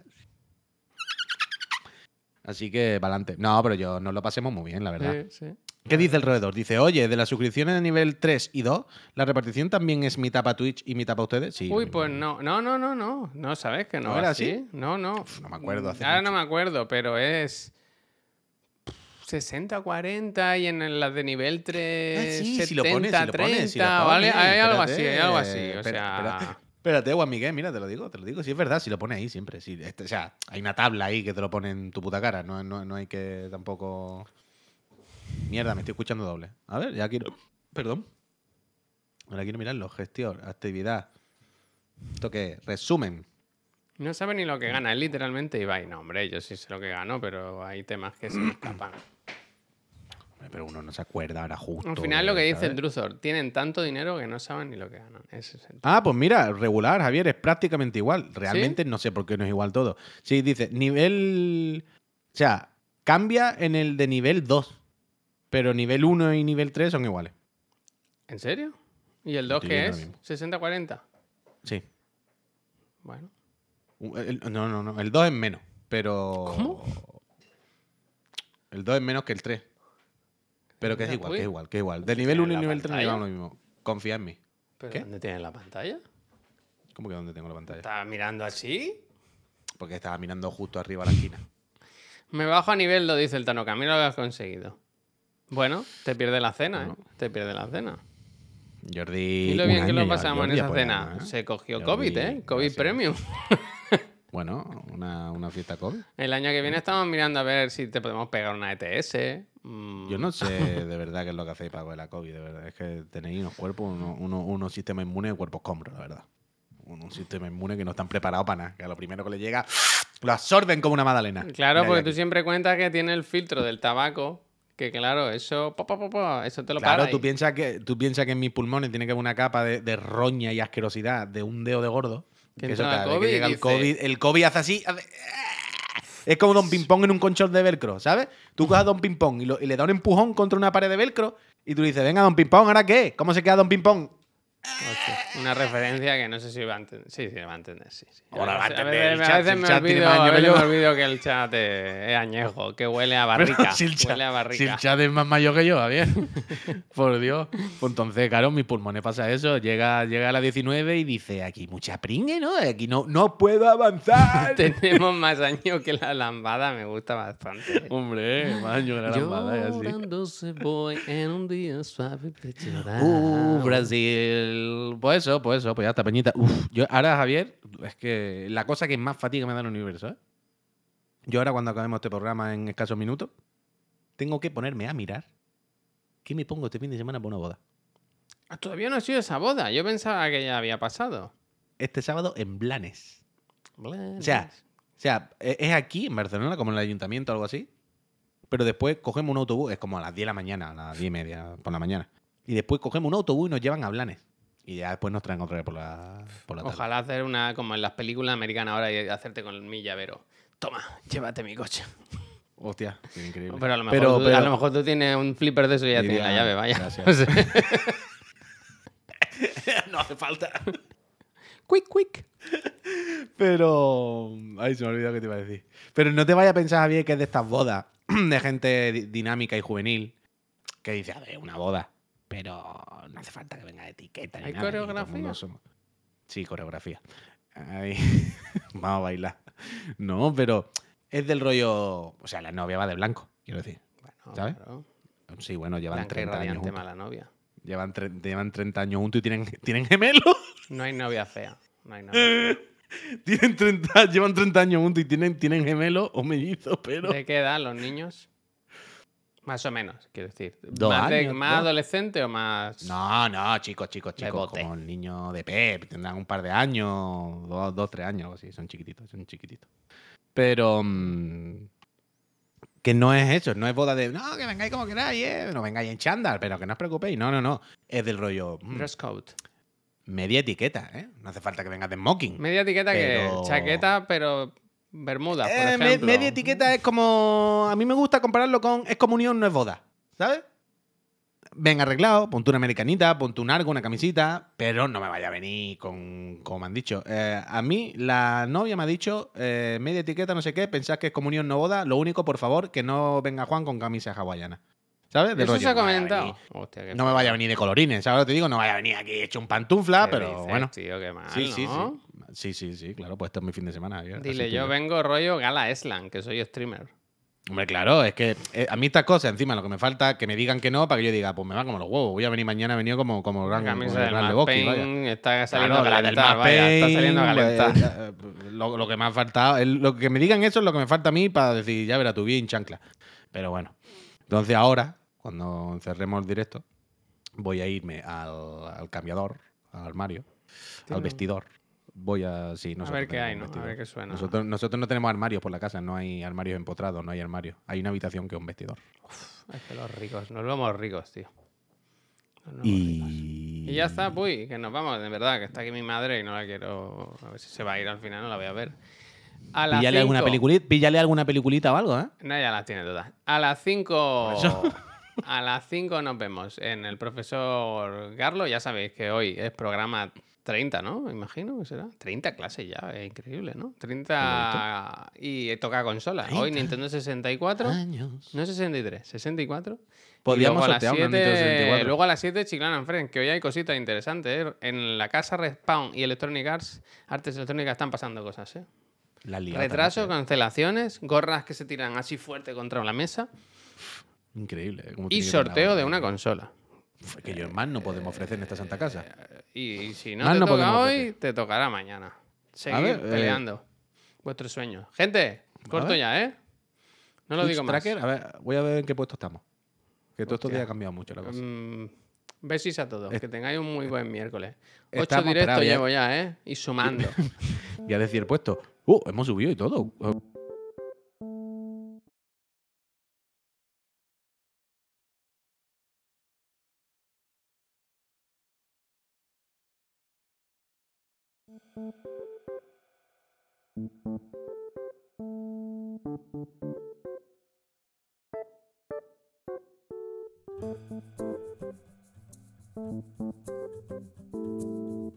Así que, para adelante. No, pero yo nos lo pasemos muy bien, la verdad. Sí, sí. ¿Qué dice el roedor? Dice, oye, de las suscripciones de nivel tres y dos, ¿la repartición también es mitad para Twitch y mitad para ustedes? Sí. Uy, pues no, no, no, no, no, no, ¿sabes que no, ¿No va era así? así? No, no. Uf, no me acuerdo, hace Ahora mucho. no me acuerdo, pero es sesenta cuarenta y en las de nivel tres, Ah, sí, si lo setenta pones, si lo pones, si lo treinta, ¿vale? pones, Hay algo así, espérate, hay algo así, o espera, sea... espera. Espérate, Juan Miguel, mira, te lo digo, te lo digo. Sí, es verdad, si lo pones ahí siempre. Sí, este, o sea, hay una tabla ahí que te lo pone en tu puta cara. No, no, no hay que tampoco. Mierda, me estoy escuchando doble. A ver, ya quiero. Perdón. Ahora quiero mirarlo. Gestión, actividad. ¿Esto qué es? Resumen. No sabe ni lo que gana, es literalmente Ibai. No, hombre, yo sí sé lo que gano, pero hay temas que se me escapan. Hombre, pero uno no se acuerda ahora justo. Al final lo que dice ¿sabes? el Druzor, tienen tanto dinero que no saben ni lo que ganan. Ese es el... Ah, pues mira, regular, Javier, es prácticamente igual. Realmente no sé por qué no es igual todo. Sí, dice, nivel. O sea, cambia en el de nivel dos. Pero nivel uno y nivel tres son iguales. ¿En serio? ¿Y el dos Estoy qué viendo es? ahora mismo. ¿sesenta cuarenta? Sí. Bueno. Un- el- no, no, no. El dos es menos. Pero. ¿Cómo? El dos es menos que el tres. Pero que es Mira, igual, uy. que es igual, que es igual. De ¿Qué nivel tiene uno y la nivel tres nos pantalla? llevamos lo mismo. Confía en mí. ¿Pero ¿Qué? dónde tienes la pantalla? ¿Cómo que dónde tengo la pantalla? ¿Estás mirando así? Porque estaba mirando justo arriba a la esquina. Me bajo a nivel dos, dice el Tanoka. Mira lo que has conseguido. Bueno, te pierdes la cena, Bueno. ¿eh? Te pierdes la cena. Jordi. Y lo un bien que año lo lleva pasamos en Jordi esa cena. apoyando, ¿eh? Se cogió Jordi, COVID, ¿eh? COVID gracias. Premium. Bueno, una, una fiesta COVID. El año que viene estamos mirando a ver si te podemos pegar una E T S. Mm, Yo no sé de verdad qué es lo que hacéis para la COVID, de verdad. Es que tenéis unos cuerpos, unos, unos, unos sistemas inmunes de cuerpos cómodos, la verdad. Un, un sistema inmune que no están preparados para nada. Que a lo primero que le llega, lo absorben como una magdalena. Claro, Mira, porque ya tú aquí. siempre cuentas que tiene el filtro del tabaco. Que claro, eso, po, po, po, po, eso te lo Claro, para tú ahí. piensas que, tú piensas que en mis pulmones tiene que haber una capa de, de roña y asquerosidad de un dedo de gordo. Que Que eso entra cada la vez que COVID y llega el dice- COVID, el COVID hace así. hace- Es como Don Ping Pong en un conchón de velcro, ¿sabes? Tú coges a Don Ping Pong y, lo- y le das un empujón contra una pared de velcro y tú dices, venga, Don Ping Pong, ¿ahora qué? ¿Cómo se queda Don Ping Pong? Hostia, una referencia que no sé si va a entender. Sí, sí, va a entender, sí. sí. Ahora va a veces- entender el veces- chat, a veces si el me chat tiene olvido, más a años que veces me yo. olvido que el chat es, es añejo, que huele a barrica. si, el chat, Huele a barrica. si el chat es más mayor que yo, Javier. Por Dios. Pues entonces, claro, mis pulmones pasa eso. Llega, llega a las diecinueve y dice, aquí mucha pringue, ¿no? Aquí no, no puedo avanzar. Tenemos más años que la lambada, me gusta bastante. Hombre, más años que la lambada, es así. Llorando se voy en un día suave de llorar. Uh, Brasil. Pues eso, pues eso, pues ya está, Peñita. Uf, yo ahora, Javier, es que la cosa que más fatiga me da en el universo, ¿eh? Yo ahora, cuando acabemos este programa en escasos minutos, tengo que ponerme a mirar qué me pongo este fin de semana para una boda. Ah, todavía no ha sido esa boda. Yo pensaba que ya había pasado. Este sábado en Blanes. O O sea, o sea, e- es aquí, en Barcelona, como en el ayuntamiento o algo así. Pero después cogemos un autobús, es como a las diez de la mañana, a las diez y media por la mañana. Y después cogemos un autobús y nos llevan a Blanes. Y ya después nos traen otra vez por la, por la tarde. ojalá hacer una como en las películas americanas ahora y hacerte con mi llavero. Toma, llévate mi coche. Hostia, qué increíble. Pero a lo mejor, Pero- tú, pero- a lo mejor tú tienes un flipper de eso y ya tienes la Diría, llave, vaya. gracias. No sé. no hace falta. quick, quick. Pero. Ay, se me ha olvidado qué te iba a decir. Pero no te vayas a pensar, Javier, que es de estas bodas de gente di- dinámica y juvenil. Que dice, a ver, una boda. Pero no hace falta que venga de etiqueta. ni ¿Hay nada, y todo el coreografía? mundo somos- Sí, coreografía. Ay, vamos a bailar. No, pero es del rollo. O sea, la novia va de blanco, quiero decir. Bueno, ¿Sabes? claro. Sí, bueno, llevan Blanca y treinta años radiante, juntos. mala novia. Llevan, tre- llevan treinta años juntos y tienen, tienen gemelos. No hay novia fea. No hay novia fea. Tienen treinta, llevan treinta años juntos y tienen, tienen gemelos o mellizos, pero. ¿De qué edad los niños? Más o menos, quiero decir. Dos ¿Más, de- años, más dos. adolescente o más...? No, no, chicos, chicos, De chicos. bote. Como el niño de Pep. Tendrán un par de años, dos, dos tres años, algo así. Son chiquititos, son chiquititos. Pero. mm, que no es eso, no es boda de. No, que vengáis como queráis, eh. No vengáis en chándal, pero que no os preocupéis. No, no, no. Es del rollo. mm, Dress code. media etiqueta, ¿eh? No hace falta que vengas de smoking. Media etiqueta Pero- que chaqueta, pero bermuda, por Eh, me- ejemplo. media etiqueta es como. A mí me gusta compararlo con. Es comunión, no es boda. ¿Sabes? Ven arreglado, ponte una americanita, ponte un arco, una camisita, pero no me vaya a venir con. Como me han dicho. Eh, a mí, la novia me ha dicho, eh, media etiqueta, no sé qué, pensás que es comunión, no boda. Lo único, por favor, que no venga Juan con camisa hawaiana. ¿Sabes? De Eso rollo, se ha no vaya a comentado. venir- Hostia, qué No me feo. vaya a venir de colorines, ¿sabes lo que te digo? No vaya a venir aquí hecho un pantufla, ¿Qué pero dices, bueno. Tío, qué mal, Sí, sí, ¿no? sí. Sí, sí, sí, claro, pues esto es mi fin de semana. Javier, así Dile, que yo vengo rollo Gala Eslan, que soy streamer. Hombre, claro, es que eh, a mí estas cosas, encima, lo que me falta, que me digan que no, para que yo diga, pues me va como los huevos. Voy a venir mañana, he venido como, como La gran, camisa como el del gran Matt Lebowski, vaya. Payne está saliendo Claro, a la del calentar, Matt vaya, está Payne, saliendo a calentar. pues, eh, lo, lo que me ha faltado, el- lo que me digan eso es lo que me falta a mí para decir, ya verás tú bien, chancla. Pero bueno, entonces ahora, cuando cerremos el directo, voy a irme al, al cambiador, al armario, al vestidor. Voy a. Sí, A nosotros ver qué tenemos hay, un ¿no? A vestidor. ver qué suena. Nosotros, nosotros no tenemos armarios por la casa, no hay armarios empotrados, no hay armarios. Hay una habitación que es un vestidor. Es que los ricos, nos vemos ricos, tío. Nos vemos ricos. Y. Y ya está, pues, que nos vamos, de verdad, que está aquí mi madre y no la quiero. A ver si se va a ir al final, no la voy a ver. A las Píllale alguna, cinco- peliculita, píllale alguna peliculita o algo, ¿eh? No, ya las tiene todas. A las cinco. Por eso. A las cinco nos vemos en el profesor Garlo. Ya sabéis que hoy es programa treinta, ¿no? Me imagino que será. treinta clases ya, es increíble, ¿no? treinta y toca consola. Hoy treinta Nintendo sesenta y cuatro. años. No sesenta y tres, sesenta y cuatro. Y Podíamos luego a las sortear una Nintendo sesenta y siete, cuatro. luego a las siete Chiclana and Friends, que hoy hay cositas interesantes, ¿eh? En la casa Respawn y Electronic Arts, Artes Electrónicas están pasando cosas, ¿eh? La liata Retraso, mucho, ¿eh? cancelaciones, gorras que se tiran así fuerte contra la mesa Increíble. ¿eh? Cómo y tiene que tener sorteo ahora, de ¿eh? una consola. F- Que yo más no podemos ofrecer en esta santa casa. Y si no Más te no toca podemos hoy, ofrecer. te tocará mañana. A Seguir ver, eh, peleando vuestros sueños. Gente, a corto ver. ya, ¿eh? No lo Twitch digo más. Tracker, a ver, voy a ver en qué puesto estamos. Que todos estos Hostia. días ha cambiado mucho la cosa. Mm, besis a todos. Es- Que tengáis un muy buen miércoles. Ocho Estamos, espera, directos voy a- llevo ya, ¿eh? Y sumando. Voy a decir el puesto. Uh, hemos subido y todo. Uh.